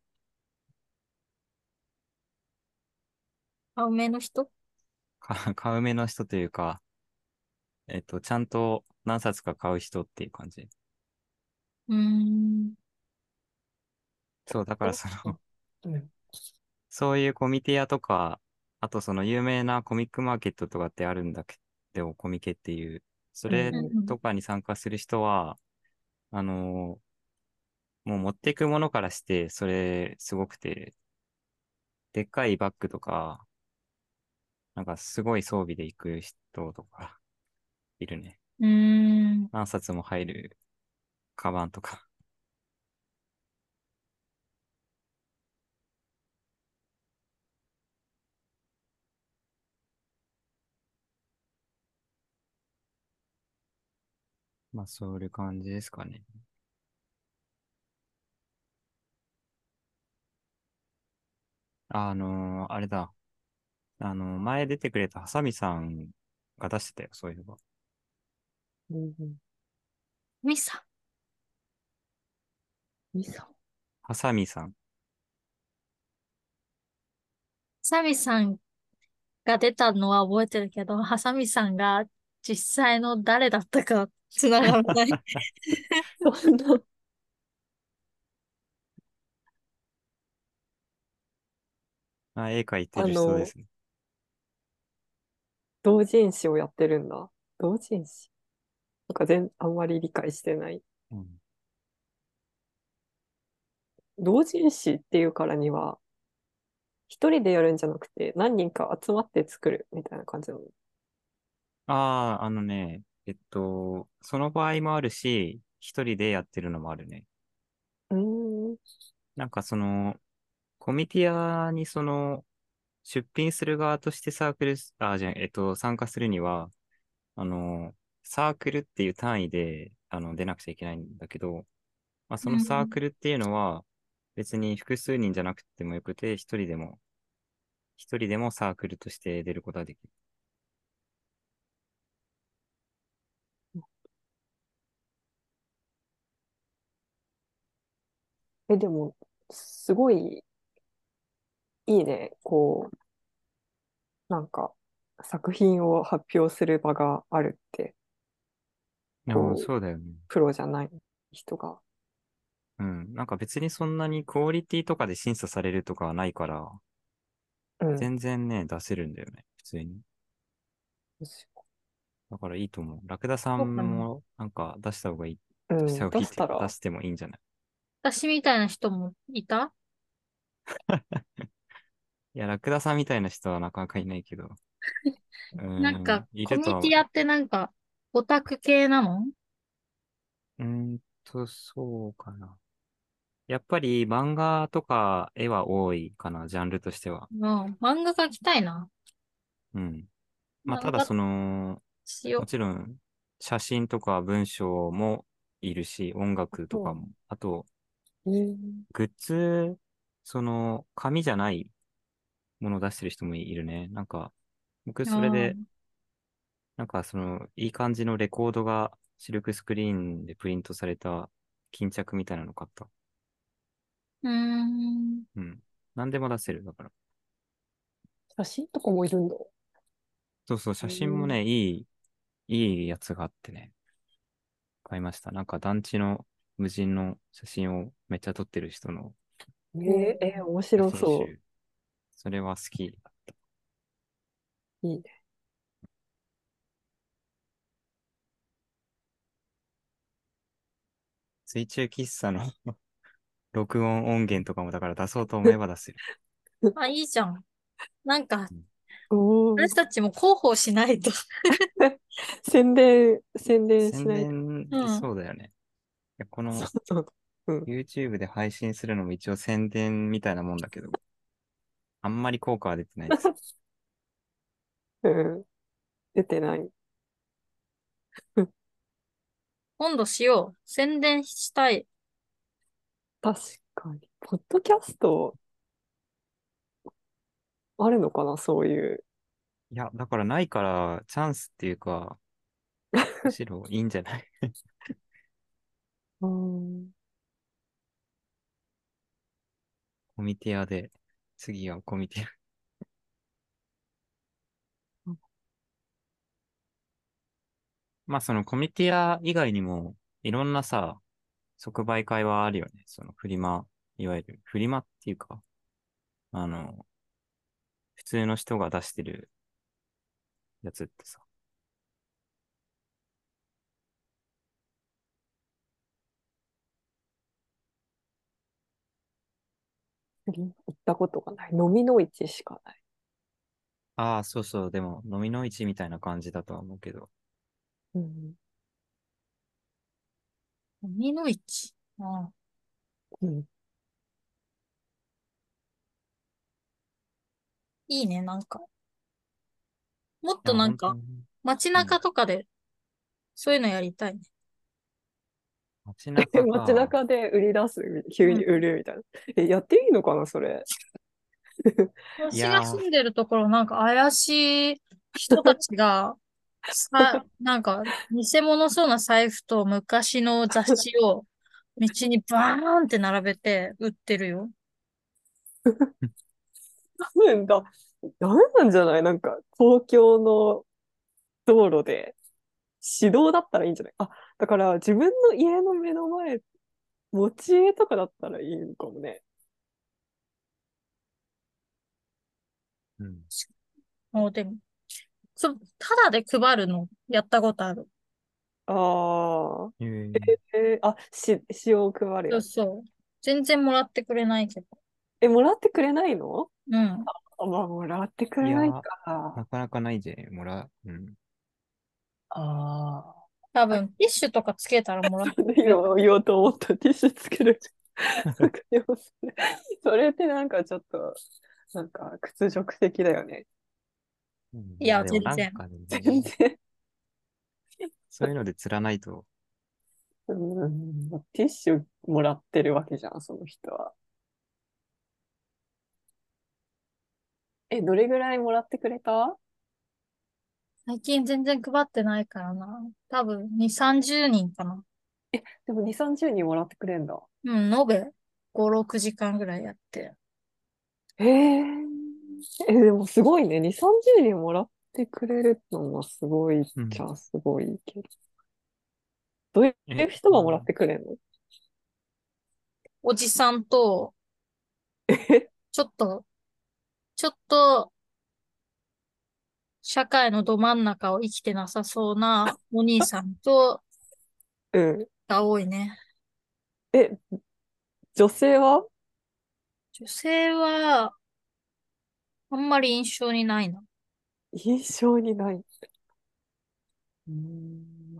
青めの人？ か買う目の人というか、えっと、ちゃんと何冊か買う人っていう感じ。 うーん。 そう、だからその、 うん。 そういうコミティアとか、あとその有名なコミックマーケットとかってあるんだけど、コミケっていう、それうん。 うんうん。 とかに参加する人は、あのもう持っていくものからして、それすごくて、でっかいバッグとか、なんかすごい装備で行く人とかいるね。 うーん。 何冊も入るカバンとか。まあそういう感じですかね。あのーあれだ。あのー前出てくれたハサミさんが出してたよ、そういえば。 うん。 ミサ。 ミサ。 ハサミさん。 サミさんが出たのは覚えてるけど、ハサミさんが実際の誰だったか繋がらない。 そんな、 あ、絵描いてる人であの、 すね。 同人誌をやってるんだ。同人誌なんか全、あんまり理解してない。 うん。 同人誌っていうからには、一人でやるんじゃなくて、何人か集まって作るみたいな感じなの。 ああ、あのね、えっと、その場合もあるし、一人でやってるのもあるね。 うーん。 なんかその、コミティアにその、出品する側としてサークル、あ、じゃあ、えっと、参加するには、あの、サークルっていう単位で、あの、出なくちゃいけないんだけど、まあ、そのサーうん。 クルっていうのは、別に複数人じゃなくてもよくて、一人でも、一人でもサークルとして出ることができる。 え、でも、すごいいいね。こう、なんか、作品を発表する場があるって、 でも、 こう、 そうだよね。 プロじゃない人が。 うん。なんか別にそんなにクオリティとかで審査されるとかはないから、 うん。 全然ね、出せるんだよね。普通に。だからいいと思う。ラクダさそうかな。 んもなんか出した方がいい。 うん。 出した方がいいっていうか出出したら、 してもいいんじゃない？ 私みたいな人もいた？ いや、ラクダさんみたいな人はなかなかいないけど。うーん、 なんか、コいるとは、 ミティアってなんか、オタク系なの？ うーんと、そうかな。やっぱり漫画とか絵は多いかな、ジャンルとしては。 うん。漫画描きたいな。 うん。まあ、た漫画だその、もしよちろん、写真とか文章もいるし、音楽とそうなの。 かも。あと、 えー、 グッズ、その、紙じゃないものを出してる人もいるね。なんか、僕う。 それで、 うん。 なんかその、いい感じのレコードがシルクスクリーンでプリントされた巾着みたいなの買った。 うーん。 うん。何でも出せる。だから。 写真とかもいるんだ。 そうそう、 う写真もんね、いい、いいやつがあってね、買いました。なんか団地の無人の写真をめっちゃ撮ってる人のえー、 おえー面写白そ真集。それは好き。 う。いいね。 水中喫茶の録音音源とかもだから出そうと思えば出せる。 あ、いいじゃん。なんか、 うんおー。 私たちも広報しないと。 宣伝、宣伝し宣ないと。 伝、 うん。 そうだよね。いやこのそうそう。うん。 YouTube で配信するのも一応宣伝みたいなもんだけど、あんまり効果は出てないです。 うん。出てない。 今度しよう。宣伝したい。 確かに。ポッドキャストあるのかな、そういう。 いや、だからないからチャンスっていうか、むしろいいんじゃない？ うん。 コミティアで、次はコミティア。まあそのコミティア以外にも、いろんなさ、即売会はあるよね。そのフリマ、いわゆるフリマっていうか、あの、普通の人が出してるやつってさ。 行ったことがない。飲みの市しかない。 ああ、そうそう、でも飲みの市みたいな感じだとは思うけど。 うん。 海の市。ああ、 うん。 いいね、なんか。もっいや、 となんか、 本当に。 街うん。 中とかで、そういうのやりたいね。 街中街か。 中で売り出す、急に売うん。 るみたいな。え、やっていいのかな、それ。 私がいやー、 住んでるところ、なんか怪しい人たちが、さ、なんか、偽物そうな財布と昔の雑誌を道にバーンって並べて売ってるよ。 ダメだ。ダメなんじゃないなんか、東京の道路で、指導だったらいいんじゃない？あ、だから自分の家の目の前、持ち家とかだったらいいのかもね。 うん。 もうでも、そ、ただで配るのやったことある。 ああ。 えー、 えーあ、し、塩を配るやつ。 そうそう。全然もらってくれないけど。 え、もらってくれないの？ うん。 あ、まあ、もらってくれないいやー、 か。 なかなかないぜ、もらう。うん。 ああ。 多分、ティッシュとかつけたらもらってくれる。 今言おうと思ったティッシュつける。わかりますね。それってなんかちょっと、なんか屈辱的だよね。 うん、 いや、 まあでも全然。 なんかね、 全然。 そういうので釣らないと。 うん、ティッシュもらってるわけじゃん、その人は。え、どれぐらいもらってくれた？ 最近全然配ってないからな。多分、に、さんじゅうにんかな。 でもに、さんじゅうにんもらってくれんだ。 うん、延べご、ろくじかんぐらいやって。 へえ。え、でもすごいね。に、さんじゅうにんもらってくれるのもすごいっうん。 ちゃすごいけど。どういえ、 う人がもらってくれんの？ おじさんと、 え、 ちょっと、ちょっと、社会のど真ん中を生きてなさそうなお兄さんと、 うん。 が多いね。 え、女性は？ 女性は、あんまり印象にないな。 印象にない。うーん。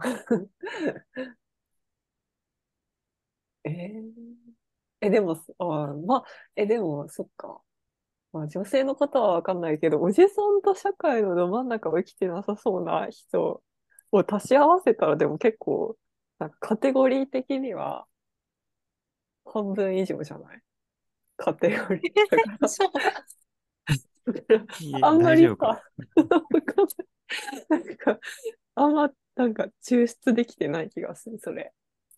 えーえ、でも、あ、まあ、え、でも、そっか。まあ、女性の方はわかんないけど、おじさんと社会のど真ん中を生きてなさそうな人を足し合わせたら、でも結構、なんかカテゴリー的には半分以上じゃない？カテゴリー。だから、 そう。 いえ、 あんま大丈夫か。 りさ、わかんない。なんか、あんま、なんか抽出できてない気がする、それ。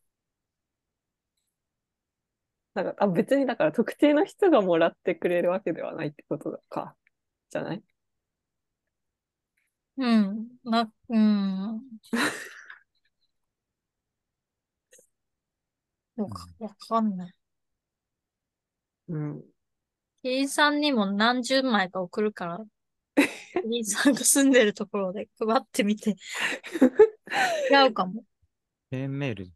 なんか、あ、別にだから特定の人がもらってくれるわけではないってことだか、じゃない？ うん。な、うん。わか、 うん。 わかんない。 うん。 キリンさんにも何十枚か送るから、キリンさんが住んでるところで配ってみて。違うかも。 フェーンメール。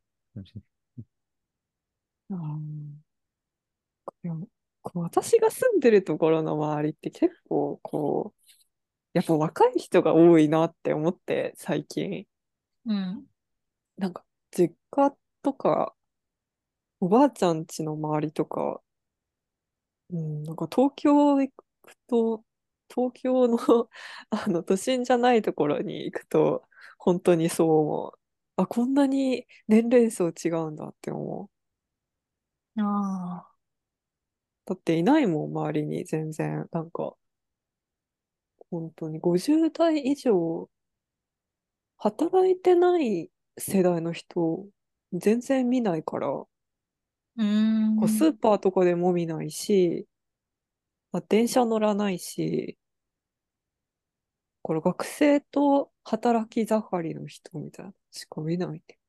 あーでもこう私が住んでるところの周りって結構こう、やっぱ若い人が多いなって思って最近。 うん。 なんか実家とかおばあちゃん家の周りとか、うん、なんか東京行くと、東京のあの都心じゃないところに行くと、本当にそう思う。あ、こんなに年齢層違うんだって思う。 ああ。 だっていないもん、周りに全然。なんか、本当にごじゅう代以上、働いてない世代の人、全然見ないから、こうーうスーん。 パーとかでも見ないし、まあ、電車乗らないし、これ学生と働き盛りの人みたいなのしか見ないね。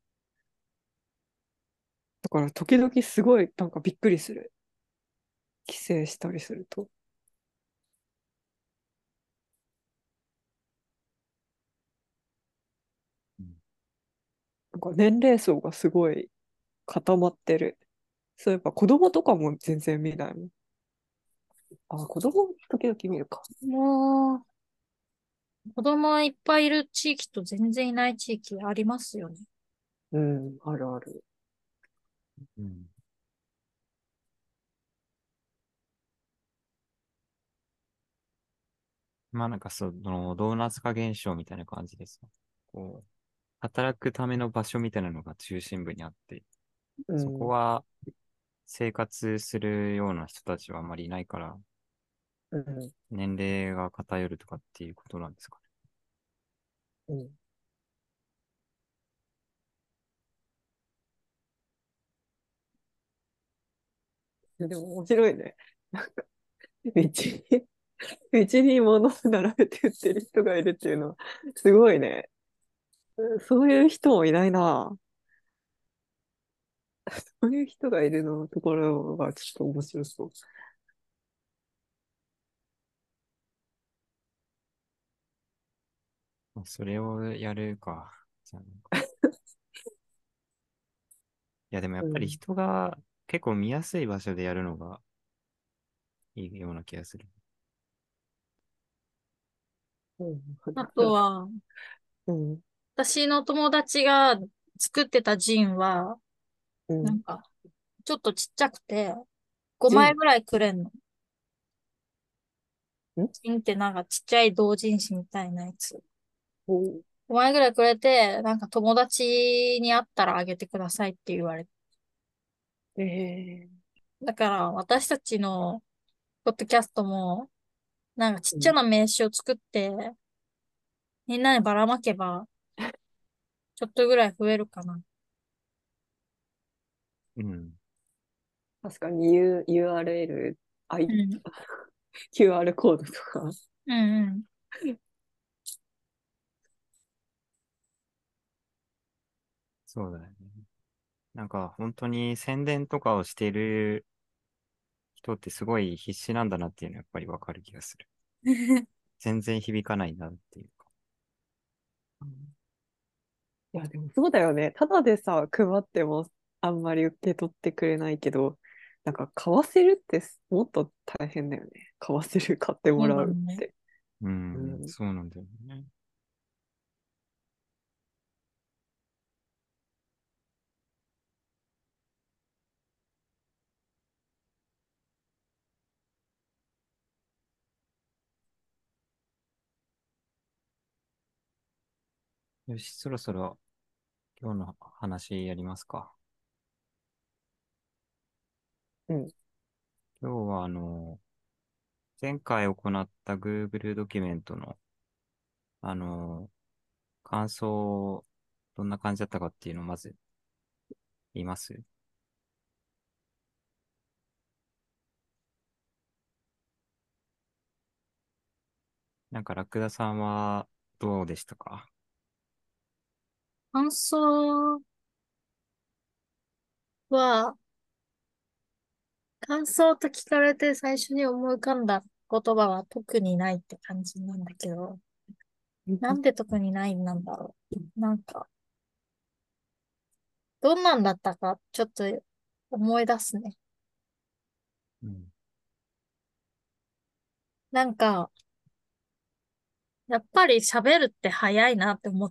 だから時々すごいなんかびっくりする。帰省したりすると。 うん。 なんか年齢層がすごい固まってる。そういえば子供とかも全然見ないもん。あ、子供時々見るか。 もう、子供いっぱいいる地域と全然いない地域ありますよね。 うん、あるある。 うん。まあなんかそのドーナツ化現象みたいな感じですね。こう、働くための場所みたいなのが中心部にあって、そこうん、 は生活するような人たちはあんまりいないから、 うん、 年齢が偏るとかっていうことなんですかうん。でも面白いね。道に、道に物を並べて売ってる人がいるっていうのは、すごいね。そういう人もいないな。そういう人がいるのところがちょっと面白そう。 ね。それをやるか。じゃあなんかいやでもやっぱりうん。 人が結構見やすい場所でやるのがいいような気がする。 うん。 あとは、 うん。 私の友達が作ってたジンは、 うん。 なんか、ちょっとちっちゃくて、5 ジン。 枚ぐらいくれんの。 んジンってなんかちっちゃい同人誌みたいなやつ。 おごまいぐらいくれて、なんか友達に会ったらあげてくださいって言われて。 ええだから私たちのポッドキャストも、なんかちっうん。 ちゃな名刺を作って、みんなにばらまけば、ちょっとぐらい増えるかな。 うん。 確かに U、ユーアールエル、I、 うん。 キューアール コードとか。 うんうん。 そうだよね。なんか本当に宣伝とかをしている人ってすごい必死なんだなっていうのはやっぱりわかる気がする。全然響かないなっていうか。 うんいや、でもそうだよね。ただでさ、配ってもあんまり受け取ってくれないけど、なんか買わせるってもっと大変だよね。買わせる、買ってそうもらだね。 うって。 うん、 うん。 そうなんだよね。よし、そろそろ今日の話やりますか。 うん。 今日はあの、前回行った Google ドキュメントの、あの、感想、どんな感じだったかっていうのをまず言います。なんか、ラクダさんはどうでしたか？ 感想は、感想と聞かれて最初に思い浮かんだ言葉は特にないって感じなんだけど、なんで特にないんなんだろう。なんか、どんなんだったか、ちょっと思い出すね。 うん。 なんか、やっぱり喋るって早いなって思った。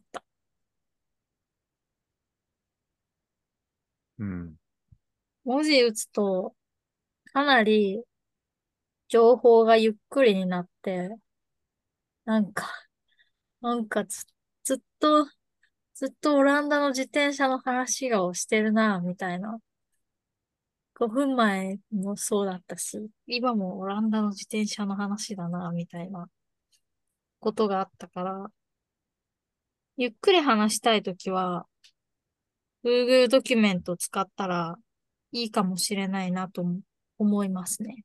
うん。 文字打つと、かなり情報がゆっくりになって、なんか、なんかず、ずっと、ずっとオランダの自転車の話をしてるな、みたいな。ごふんまえもそうだったし、今もオランダの自転車の話だな、みたいなことがあったから、ゆっくり話したいときは、Google ドキュメントを使ったらいいかもしれないなと思いますね。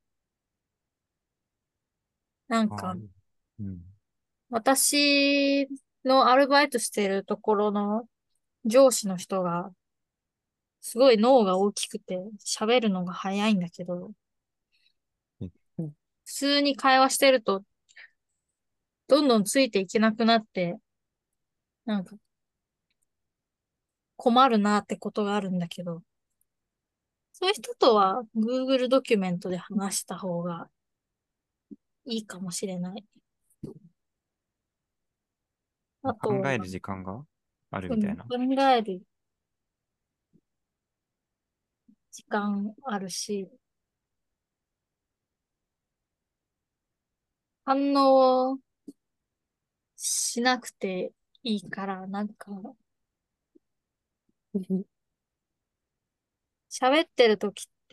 なんか、 あー、うん。 私のアルバイトしてるところの上司の人が、すごい脳が大きくて喋るのが早いんだけど、普通に会話してると、どんどんついていけなくなって、なんか困るなってことがあるんだけど、そういう人とは Google ドキュメントで話した方がいいかもしれない。あとは、 考える時間があるうん、 みたいな。 考える時間あるし、反応しなくていいから、なんか、喋ってる時って、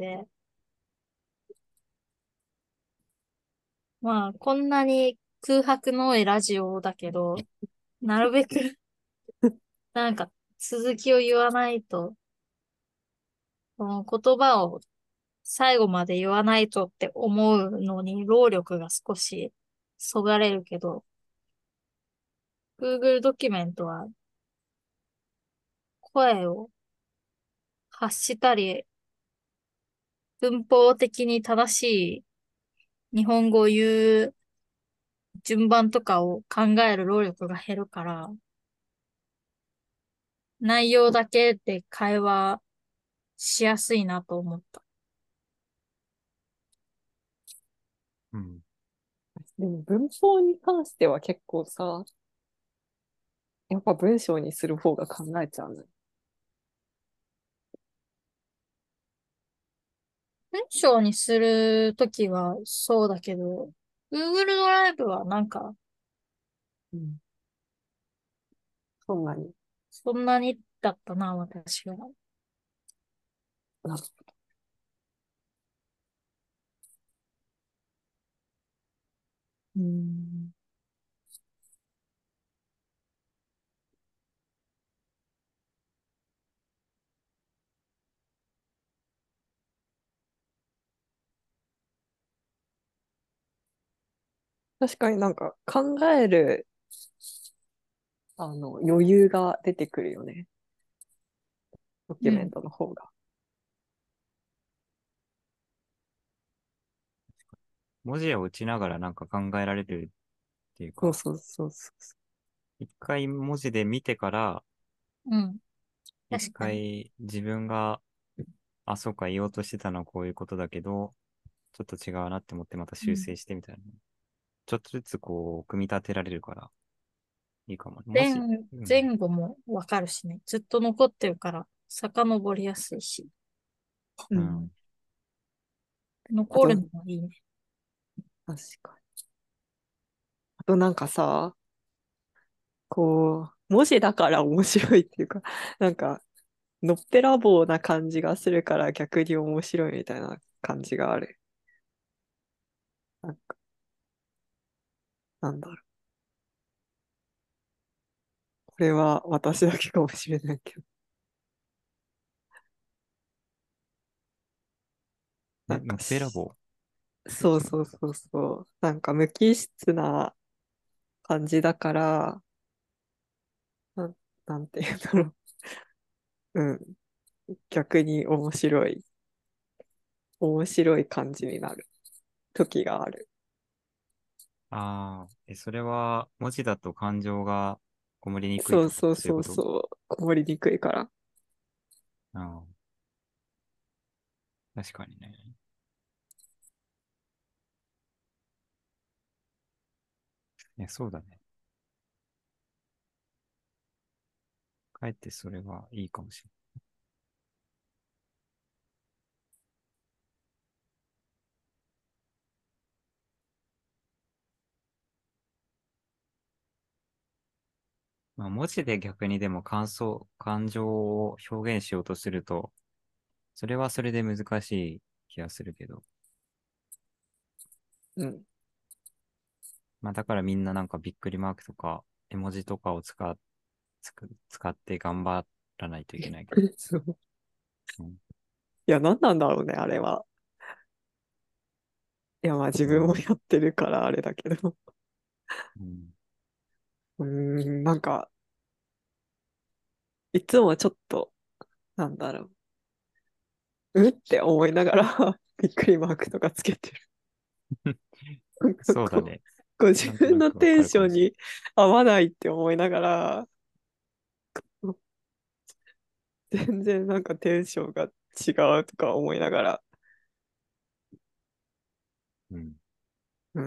まあ、こんなに空白の多いラジオだけど、なるべく、なんか、続きを言わないと、この言葉を最後まで言わないとって思うのに労力が少しそがれるけど、Google ドキュメントは声を発したり、文法的に正しい日本語を言う順番とかを考える労力が減るから、内容だけで会話しやすいなと思った。 うん。 でも文法に関しては結構さ、やっぱ文章にする方が考えちゃうね。 文章にするときはそうだけど、Google ドライブはなんか、 うん。そんなに。 そんなにだったな、私は。 なうん。確かになんか考える、あの、余裕が出てくるよね。ドキうん。 ュメントの方が。 文字を打ちながらなんか考えられるっていうか、 そうそうそうそうそ一回文字で見てから、 うん。 一確かに。 回自分が、あ、そうか、言おうとしてたのはこういうことだけど、ちょっと違うなって思ってまた修うん。 正してみたいな。ちょっとずつこう、組み立てられるから、いいかもね。も前、 し、うん。 前後もわかるしね。ずっと残ってるから、遡りやすいし。 う。うん。 うん。 残るあと、 のはいいね。 確かに。あとなんかさ、こう、文字だから面白いっていうか、なんか、のっぺらぼうな感じがするから逆に面白いみたいな感じがある。なんか、なんだろう。これは私だけかもしれないけど。なえ、 んのっかし、 ぺらぼそうそうそうそう。なんか無機質な感じだから、 なんて言うんだろう。うん。逆に面白い、面白い感じになる時がある。 ああ、え、それは文字だと感情がこもりにくいそうとか、 そうそうそういうこと？ そう。こもりにくいから。 ああ、確かにね。え、そうだね。かえってそれはいいかもしれない。まあ、文字で逆にでも感想、感情を表現しようとすると、それはそれで難しい気がするけど。 うん。 まあ、だからみんななんかびっくりマークとか、絵文字とかを使っ、つく使って頑張らないといけないけど。 そう。 うん。 いや、何なんだろうね、あれは。いや、まあ自分もまあ、 やってるからあれだけど。 うん。 うーん、なんか、いつもちょっと、なんだろう。うって思いながらびっくりマークとかつけてる。なんかこう、 そうだね。 こう自なんと分のテンなくわかるションにかもしれない。 合わないって思いながら、全然なんかテンションが違うとか思いながら、 うん。 うん。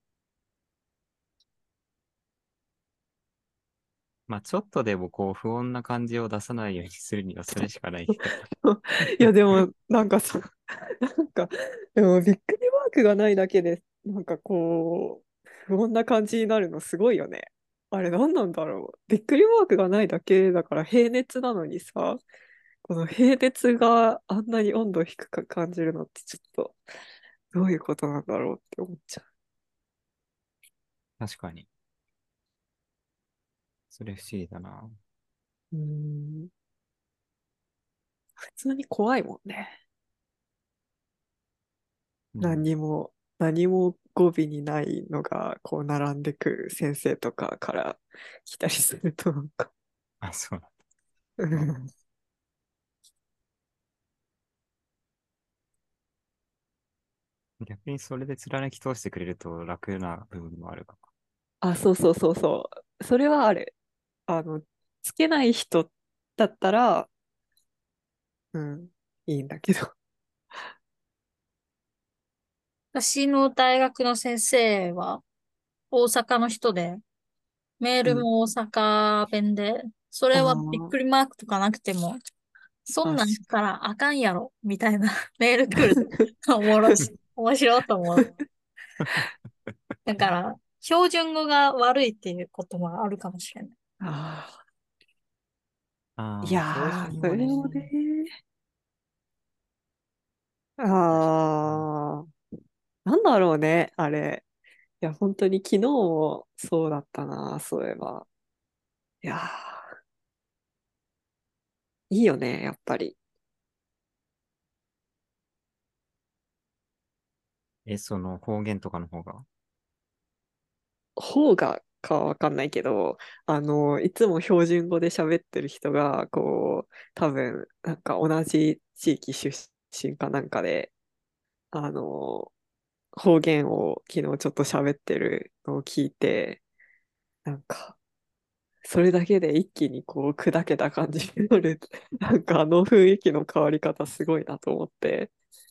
まあ、ちょっとでもこう、不穏な感じを出さないようにするにはそれしかないけど。 いや、でも、なんかさ、なんか、でもびっくりマークがないだけで、なんかこう、不穏な感じになるのすごいよね。あれ何なんだろう。びっくりマークがないだけだから平熱なのにさ、この平熱があんなに温度低く感じるのってちょっと、どういうことなんだろうって思っちゃ確かに。それ不思議だな。 う。うーん。普通に怖いもんね。 うん。 何にも、何も語尾にないのが、こう、並んでくる先生とかから来たりすると、なんか、 あ、そうなんだ。 うん。 逆にそれで貫き通してくれると楽な部分もあるが。 あ、そうそうそうそう。それはある。あの、つけない人だったら、うん、いいんだけど。 私の大学の先生は大阪の人で、メーうん。 ルも大阪弁で、そあれはびっくりあ、 マークとかなくても、そん確なんしたからあかんやろ、みたいなメール来るに。 と、おもろし、面白いと思う。だから、標準語が悪いっていうこともあるかもしれない。 ああ、いああ、標やー、そ準語ね。 れもね。 確かああ、なんだろうね、あれ。いや、本当に昨日もそうだったな、そういえば。いやー、いいよね、やっぱり。 に。え、その方言とかの方が。 方がかはわかんないけど、あの、いつも標準語で喋ってる人が、こう、多分、なんか同じ地域出身かなんかで、あの、方言を昨日ちょっと喋ってるのを聞いて、なんか、それだけで一気にこう砕けた感じになる。なんかあの雰囲気の変わり方すごいなと思って。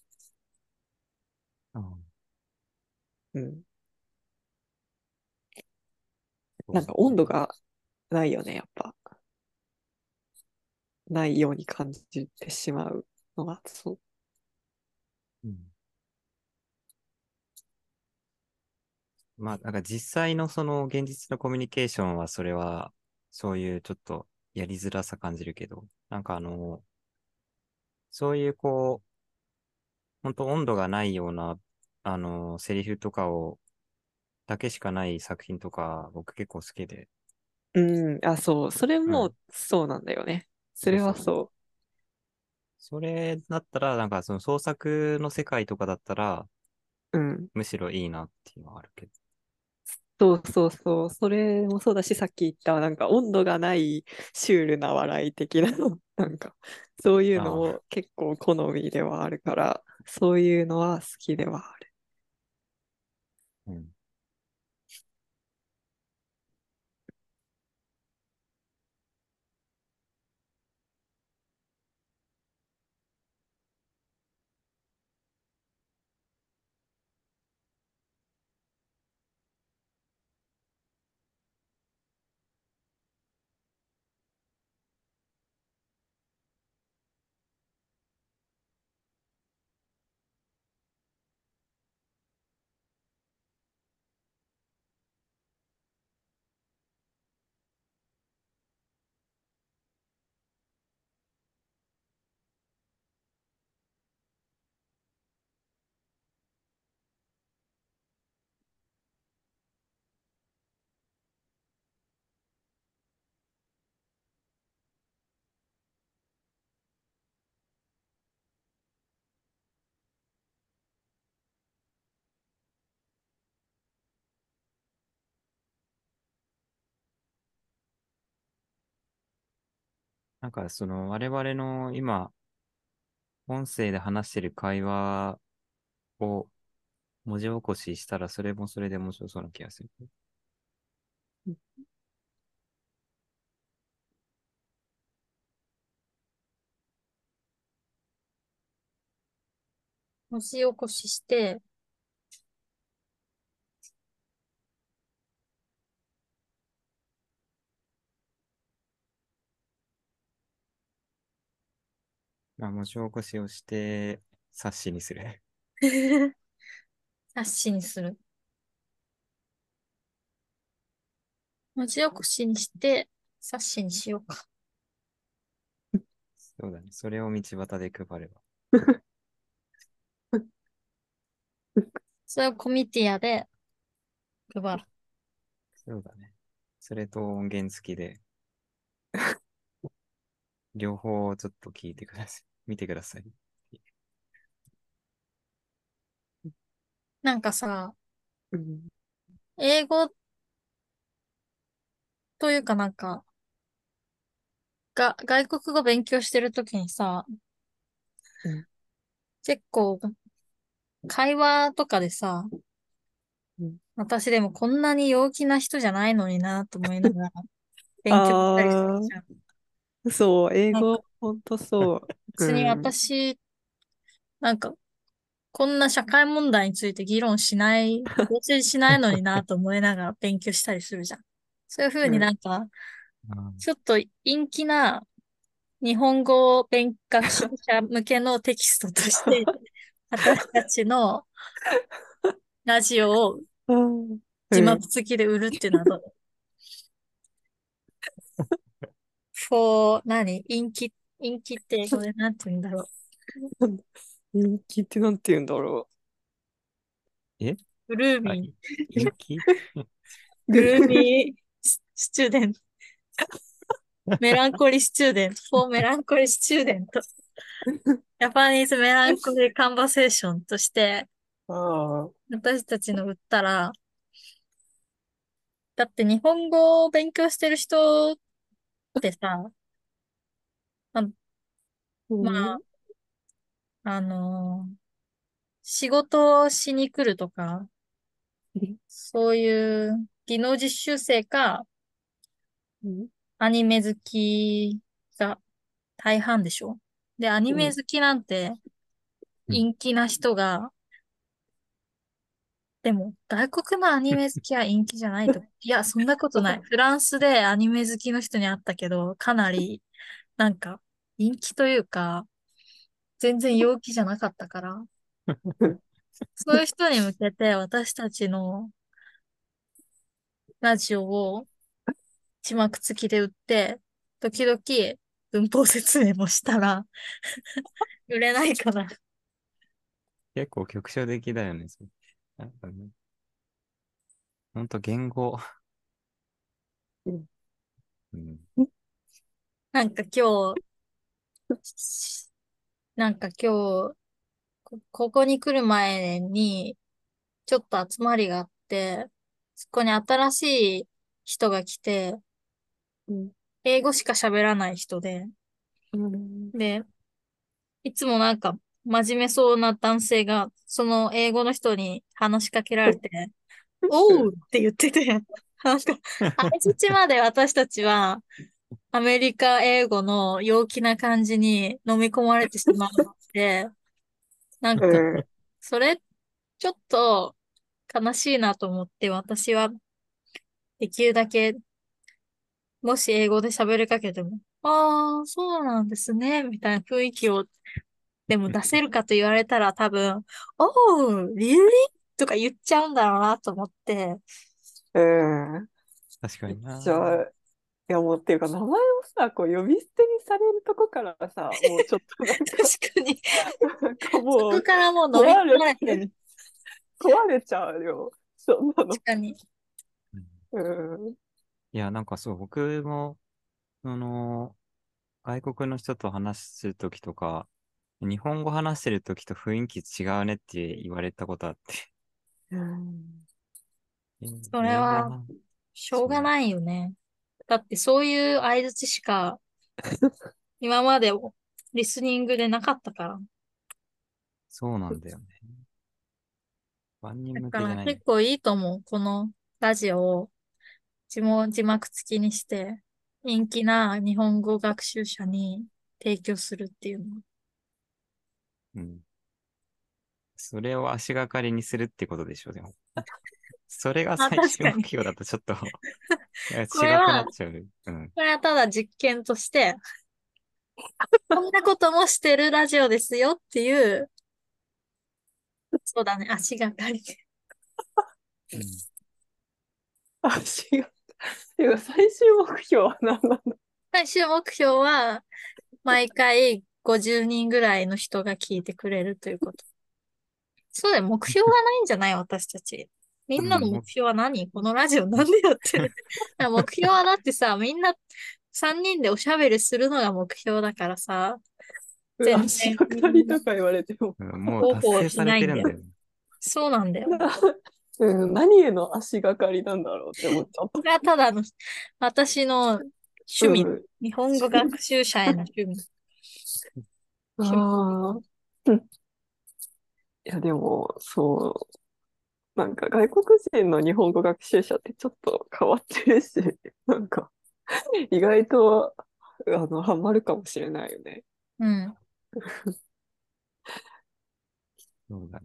うん。 うん。なんかそうだね。 温度がないよね、やっぱ。ないように感じてしまうのが、そう。 うん。まあ、なんか実際のその現実のコミュニケーションはそれは、そういうちょっとやりづらさ感じるけど、なんかあの、そういうこう、本当温度がないような、あの、セリフとかを、だけしかない作品とか、僕結構好きで、 うん、あ、そう。それうん。 もそうなんだよね。それそうそう。 はそそれだったら、なんかその創作の世界とかだったら、 う。うん。 むしろいいなっていうのはあるけど。 そうそうそう。それもそうだし、さっき言ったなんか温度がないシュールな笑い的ななんかそういうのああ、 も結構好みではあるから、そういうのは好きではある。 うん。なんかその我々の今、音声で話してる会話を文字起こししたらそれもそれで面白そうな気がする。 文字起こしして、 まあ、文字起こしをして冊子にする。 冊子にする。文字起こしにして、冊子にしようか。 そうだね。それを道端で配れば。 それをコミティアで配る。 そうだね。それと音源付きで、両方ちょっと聞いてください。見てください。 なんかさ、 うん。 英語というかなんか、が、外国語勉強してるときにさ、 うん。 結構会話とかでさ、 うん。 私でもこんなに陽気な人じゃないのになと思いながら勉強したりするあじゃん。 あ、そう、英なんか語、ほんとそう。 別にうん。 私、なんかこんな社会問題について議論しない、別にしないのになと思いながら勉強したりするじゃん。そういうふうにうん。 なんか、 うんちょっと陰気な日本語勉学習者向けのテキストとして、私たちのラジオをあー字うん。 幕付きで売るっていうのはどう？ for 何陰気、陰気って英語でなんて言うんだろ人気ってなんて言うんだろえう。グルーあ、 ミいー、 陰気う。 グルーぐミーススチューデント、メランコリスチューデント、for メランコリスチューデント、ジャパニーズメランコリカンバセーションとして、 ああ、 私たちの売ったら、だって日本語を勉強してる人ってさ、ま、 うまん。 あ、あのー仕事をしに来るとか、そういう技能実習生か、 うん。 アニメ好きが大半でしょ？で、アニうん。 メ好きなんてうん。 陰気な人が、でも外国のアニメ好きは陰気じゃないと。いや、そんなことない。フランスでアニメ好きの人に会ったけど、かなり、なんか、陰気というか、全然陽気じゃなかったから、そういう人に向けて私たちのラジオを字幕付きで売って、時々文法説明もしたら売れないかな。 結構局所的だよね。それなんかね、ほんと言語。 うん。 うん。 なんか今日、なんか今日、こここに来る前に、ちょっと集まりがあって、 そこに新しい人が来て、 うん。 英語しか喋らない人で、 うん。 で、いつもなんか真面目そうな男性が、その英語の人に話しかけられて、おうって言ってて、なんか、相づちまで私たちは、アメリカ英語の陽気な感じに飲み込まれてしまうので、なんか、 うん。 それ、ちょっと悲しいなと思って、私はできるだけ、もし英語で喋りかけても、ああ、そうなんですね、みたいな雰囲気を、でも出せるかと言われたら多分、おう、リ e とか言っちゃうんだろうなと思って、 うん。 確かにな。 じゃあ、いやもうっていうか、名前をさ、こう呼び捨てにされるとこからさ、もうちょっとなんか、 確かに、 なんかそもうこからもう飲み込壊れ、 まれてる。 壊れちゃうよ。そんなの。 確かに。 うんうん。 いや、なんかそう、僕も、あの、外国の人と話すときとか、日本語話してるときと雰囲気違うねって言われたことあって、 うん。 えそれは、 英語は、そう、 しょうがないよね。だってそういう相槌しか今までリスニングでなかったから。 そうなんだよね。万人だ向けじゃない。 から結構いいと思う。このラジオを字も字幕付きにして、人気な日本語学習者に提供するっていうのは。 うん。それを足がかりにするってことでしょ、でも。それがあ、 最終確かに。 目標だとちょっとこれ違くなは、 っちゃう。うん。 これはただ実験として、こんなこともしてるラジオですよっていう、そうだね、足がかり。 うん。 あ、違う。ていうか、最終目標は何なの？ 最終目標は、毎回ごじゅうにんぐらいの人が聞いてくれるということ。そうだよ、目標がないんじゃない私たち。みんなのうん、も目標は何このラジオなんでやってる？目標はだってさ、みんなさんにんでおしゃべりするのが目標だからさ、 う全然足がかみんなりとか言われても。 う、もう広報し達成されないんだよ。 てるんだよね。 そうなんだよ。 な、うん、何への足がかりなんだろうって思っちゃっこれはただの私の趣た。う味。 ん。 日本語学習者への趣味。趣味。 ああ。うん。いや、でも、そう、なんか外国人の日本語学習者ってちょっと変わってるし、なんか意外と、あの、ハマるかもしれないよね。 うん。 そうだね。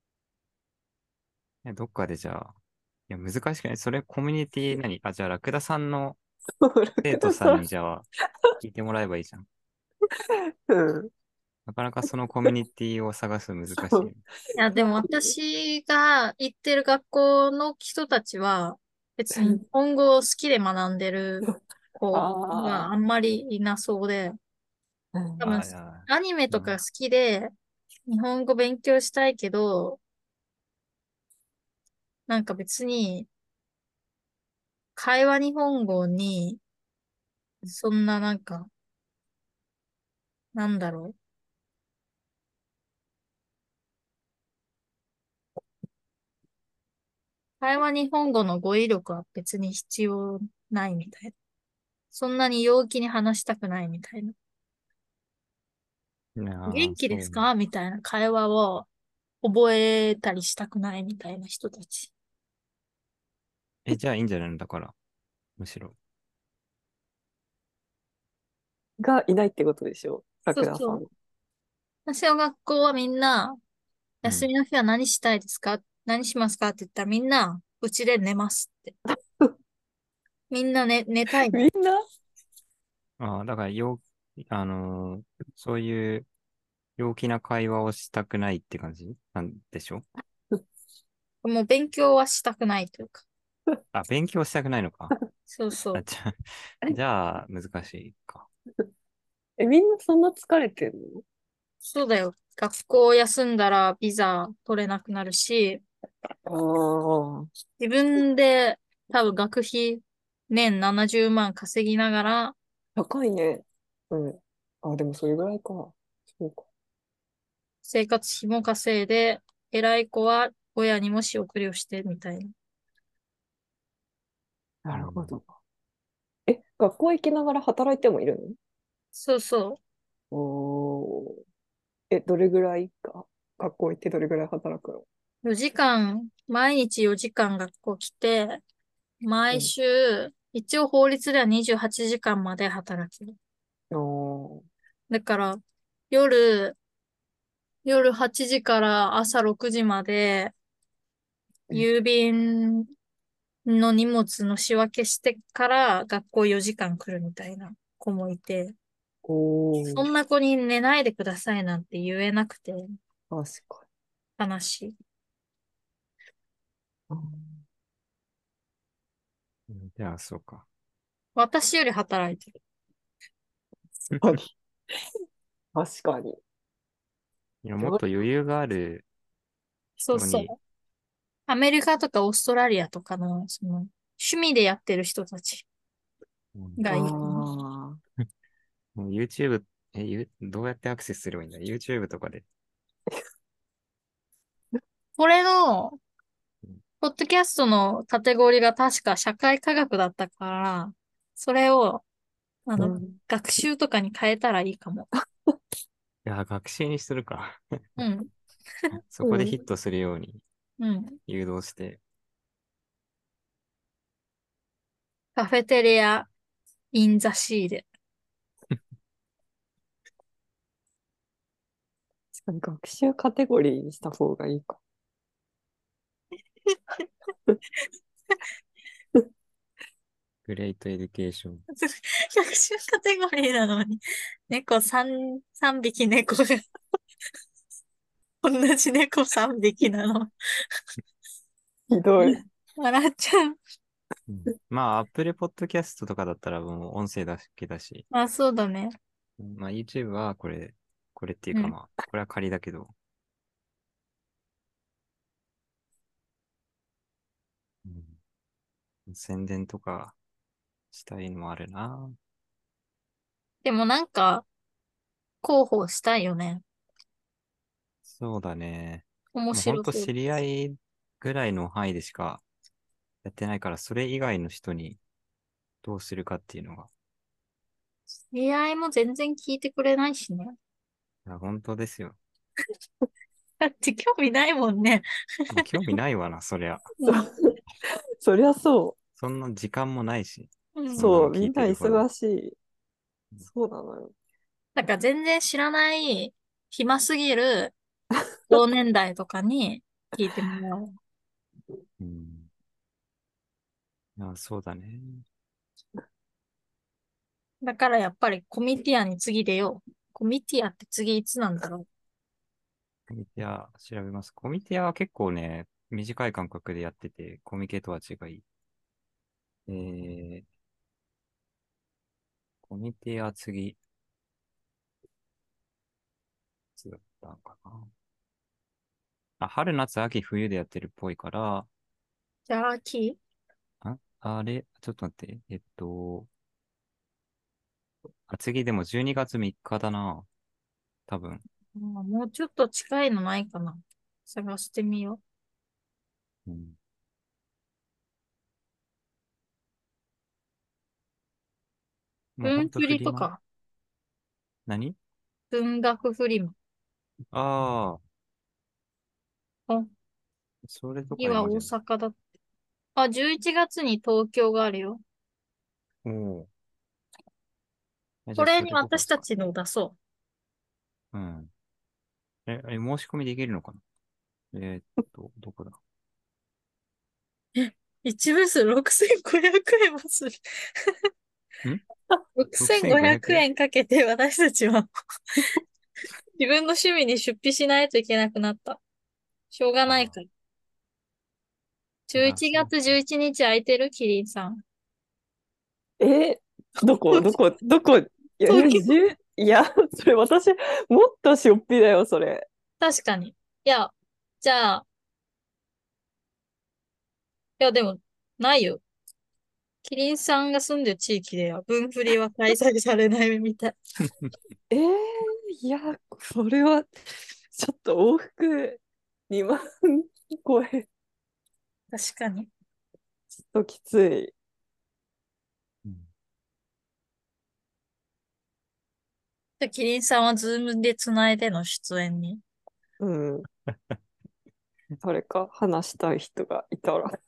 えどっかでじゃあ、いや、難しくないそれコミュニティ何あ、じゃあ、ラクダさんのラ生徒さんクダさん。 にじゃあ、聞いてもらえばいいじゃん。 うん。 なかなかそのコミュニティを探すの難しいそう。 よね。 いや、でも私が行ってる学校の人たちは、別に日本語を好きで学んでる子ああ。 があんまりいなそうで、 うん。 多分、 あ、いや、 アニメうん。 とか好きで、日本語勉強したいけど、なんか別に、会話日本語に、そんななんか、なんだろう。会話日本語の語彙力は別に必要ないみたいな。そんなに陽気に話したくないみたいな。 いやー、 元気でそう。 すかみたいな会話を覚えたりしたくないみたいな人たち。 え、じゃあいいんじゃないのだから、むしろ。 がいないってことでしょ、 そうそう。 桜さん。 私の学校はみんな、 うん。 休みの日は何したいですか何しますかって言ったらみんな、うちで寝ますって。みんな寝、寝たいの。 みんな。 ああ、だから、よう、あのーそういう陽気な会話をしたくないって感じなんでしょもう勉強はしたくないというか。 あ、勉強したくないのか。あ、 そうそう。 じゃあ、じゃあ難しいか。 え、みんなそんな疲れてんの？ そうだよ。学校休んだらビザ取れなくなるし、 ああ、 自分で多分学費年ななじゅうまん稼ぎながら高いね。うん。あ、でもそれぐらいか。そうか。 生活費も稼いで、偉い子は親にも仕送りをしてみたいな。 なるほうん。 ど。え、学校行きながら働いてもいるそうその？おー。え、どれぐらいか、学校行ってどれぐらい働くの？ う。よじかん、毎日よじかん学校来て、毎うん。 週、一応法律ではにじゅうはちじかんまで働ける。 おー。 だから、夜、夜はちじから朝ろくじまで、 え、 郵便の荷物の仕分けしてから学校よじかん来るみたいな子もいて、 おー。 そんな子に寝ないでくださいなんて言えなくて確か悲しい。 に。 じゃあ、そうか。 私より働いてる。 確かに。確かに。 いや、もっでも、 と余裕がある人に、 そうそう。アメリカとかオーストラリアとかの、その、趣味でやってる人たちうん、 がいいかな。 ああ、 もう YouTube、え、ゆどうやってアクセスすればいいんだ？ YouTube とかで。 これの、 うん。 ポッドキャストのカテゴリーが確か社会科学だったから、それを、あの、 うん。 学習とかに変えたらいいかも。 いや、学習にするか。 うん、 そこでうん。 ヒットするようにうん。 誘導して。 カフェテリア、インザシーで。 確かに学習カテゴリーにした方がいいか。 グレートエデュケーション。 学習カテゴリーなのに、猫さん、さんびき猫が同じ猫さんびきなの。 ひどい。 笑っちゃう。 うん、まあ、Apple Podcast とかだったらもう音声だけだし、 あ、そうだね。 まあ YouTube はこれ、これっていううん。 かまあ、これは仮だけど、うん、宣伝とかしたいのもあるな。 でもなんか、広報したいよね。 そうだね。 面もうほん白そう。 と知り合いぐらいの範囲でしかやってないから、それ以外の人にどうするかっていうのが、 エーアイ も全然聞いてくれないしね。 いや本当ですよ。 だって興味ないもんね。 まあ、興味ないわな、そりゃ。 うん。 そりゃそそんな時間もないし、 うう。 そんなん。 そう、みの聞いんなてるほど。 忙しい。そうなのよ。 だから全然知らない暇すぎる同年代とかに聞いてもらう。 うん。いや、そうだね。 だからやっぱりコミティアに次出よう。コミティアって次いつなんだろコミティア調べます。コミティアは結構ね、短い間隔でやってて、コミケとは違い。えー、コミティア次、いつだったのかな。あ、春、夏、秋、冬でやってるっぽいから、 う。じゃあ、秋。 あ、あれ、ちょっと待って。えっと、あ、次でもじゅうにがつみっかだな。多分。 うん、もうちょっと近いのないかな。探してみようん。 う。 もうほんと文振フリマ。 りとか、 何？ 文学フリマ。 あああ、 ー、それとか次は大でもいいんじゃない？ 阪だ。あ、じゅういちがつに東京があるよ。 おおー。え、じゃあそこれにれとかですか？ 私たちのを出そうん。え、え、申し込みできるのかな？えーっと、どこだ？ う。え、一部数ろくせんごひゃくえんもする。 ん？ 6500 ろくせんごひゃく 円？ 円かけて私たちは自分の趣味に出費しないといけなくなった。しょうがないあから。11 あ、そう月か。 じゅういちにち空いてるキリンさん。 え、どこ、どこ、どこ、いや、え、 東京、 じゅう、いや、それ私、もっとしょっぴだよ、それ。 確かに。いや、じゃあ、いやでも、ないよ。キリンさんが住んでる地域では分振りは開催されないみたい。 えー、いや、それは、ちょっと往復にまん超え、 確かに。 ちょっときつい。 とキリンさんはズームでつないでの出演に。 うん。誰か話したい人がいたら。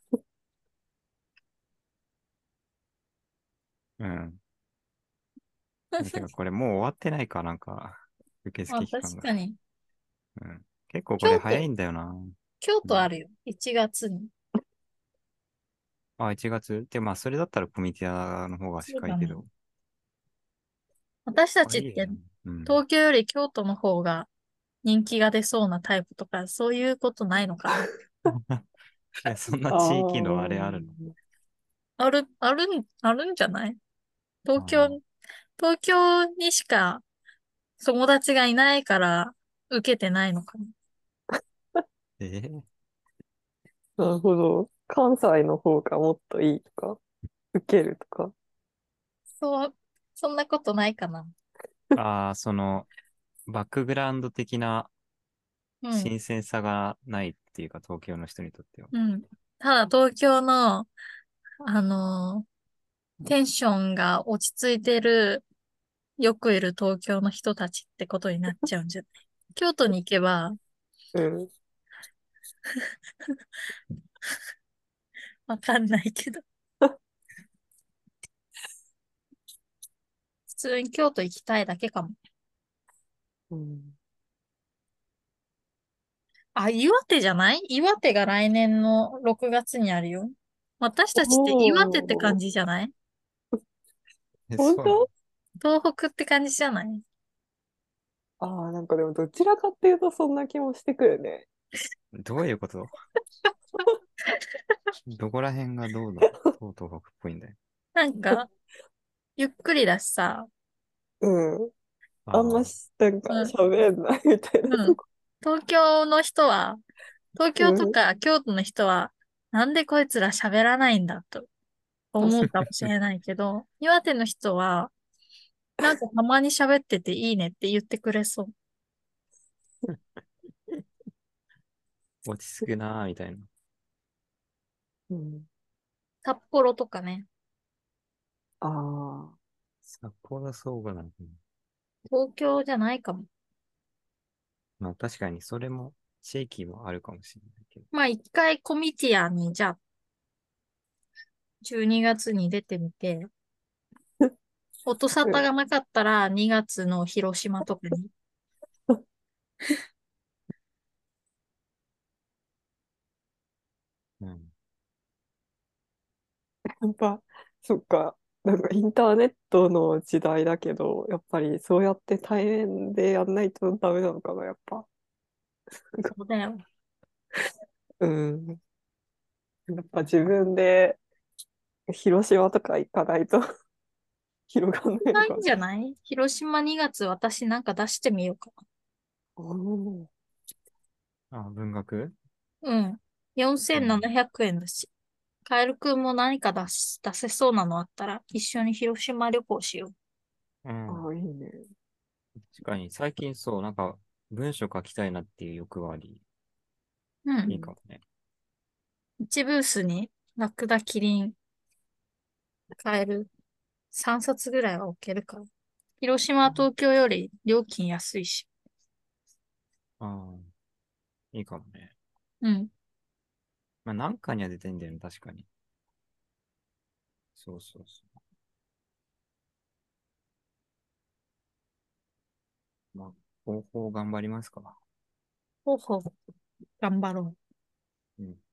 うん。えてか、これもう終わってないかなんか、受まあ付期間が。 確かに。 うん。結構これ京都、 早いんだよな。 京うん。 都あるよ。いちがつに。 あ、いちがつで、まあ、それだったらコミティアの方がそうだね。 近いけど。 私たちってありえん。うん。 東京より京都の方が人気が出そうなタイプとか、そういうことないのかな。 え、そんなあ地域のあれあるの？ あ。 ある、あるん、あるんじゃない？東京、 あ東京にしか友達がいないから受けてないのかな。 ーえーなるほど。関西の方がもっといいとか、受けるとか。 そう、そんなことないかな。 あー、その、バックグラウンド的なうん、 新鮮さがないっていうか、東京の人にとっては。 うん。ただ東京の、あのーテンションが落ち着いてる、よくいる東京の人たちってことになっちゃうんじゃない？京都に行けば、 うん。 わかんないけど、普通に京都行きたいだけかも。 うん、 あ、岩手じゃない？岩手が来年のろくがつにあるよ。私たちって岩手って感おー、 じじゃない？ え、そうなの？ 本当？ 東北って感じじゃない？ ああー、なんかでもどちらかっていうとそんな気もしてくるね。 どういうこと？どこら辺がどうだ、どう東北っぽいんだよ。 なんか、ゆっくりだしさ、 うん。あんまあし、なんかうん、 喋んないみたいなうん。 とこ。 東京の人は、東京とうん。 か京都の人は、なんでこいつら喋らないんだと思うかもしれないけど、岩手の人は、なんかたまに喋ってていいねって言ってくれそう。 あ、落ち着くなーみたいな。 うん。 札幌とかね、 ああ。 札幌そうかな。 東京じゃないかも。 まあ確かにそれも地域もあるかもしれないけど。 まあ一回コミティアに、じゃあじゅうにがつに出てみて、音沙汰うん。 がなかったらにがつの広島とかに。 うん。 やっぱ、そっか。なんかインターネットの時代だけど、やっぱりそうやって対面でやんないとダメなのかな、やっぱ。なんか、 そうだよ。 うん。やっぱ自分で広島とか行かないと広がんないのかな。 ないんじゃない？広島にがつ私なんか出してみようかおー、 あ、文学。 な。うん。4700 うん。 円だし。カエルくんも何か出し、出せそうなのあったら一緒に広島旅行しようん。 ああ、いいね。 確かに最近そう、なんか文章書きたいなっていう欲があり、 う。うん。 うん。 いいかもね。 いちブースにラクダ、キリン、カエルさんさつぐらいは置けるから。広島、東京より料金安いし。 ああ、いいかもね。 うん。 まあなんかには出てんだよね、確かに。そうそうそう。まあ、方法頑張りますか。 ほうほう。頑張ろう。 うん。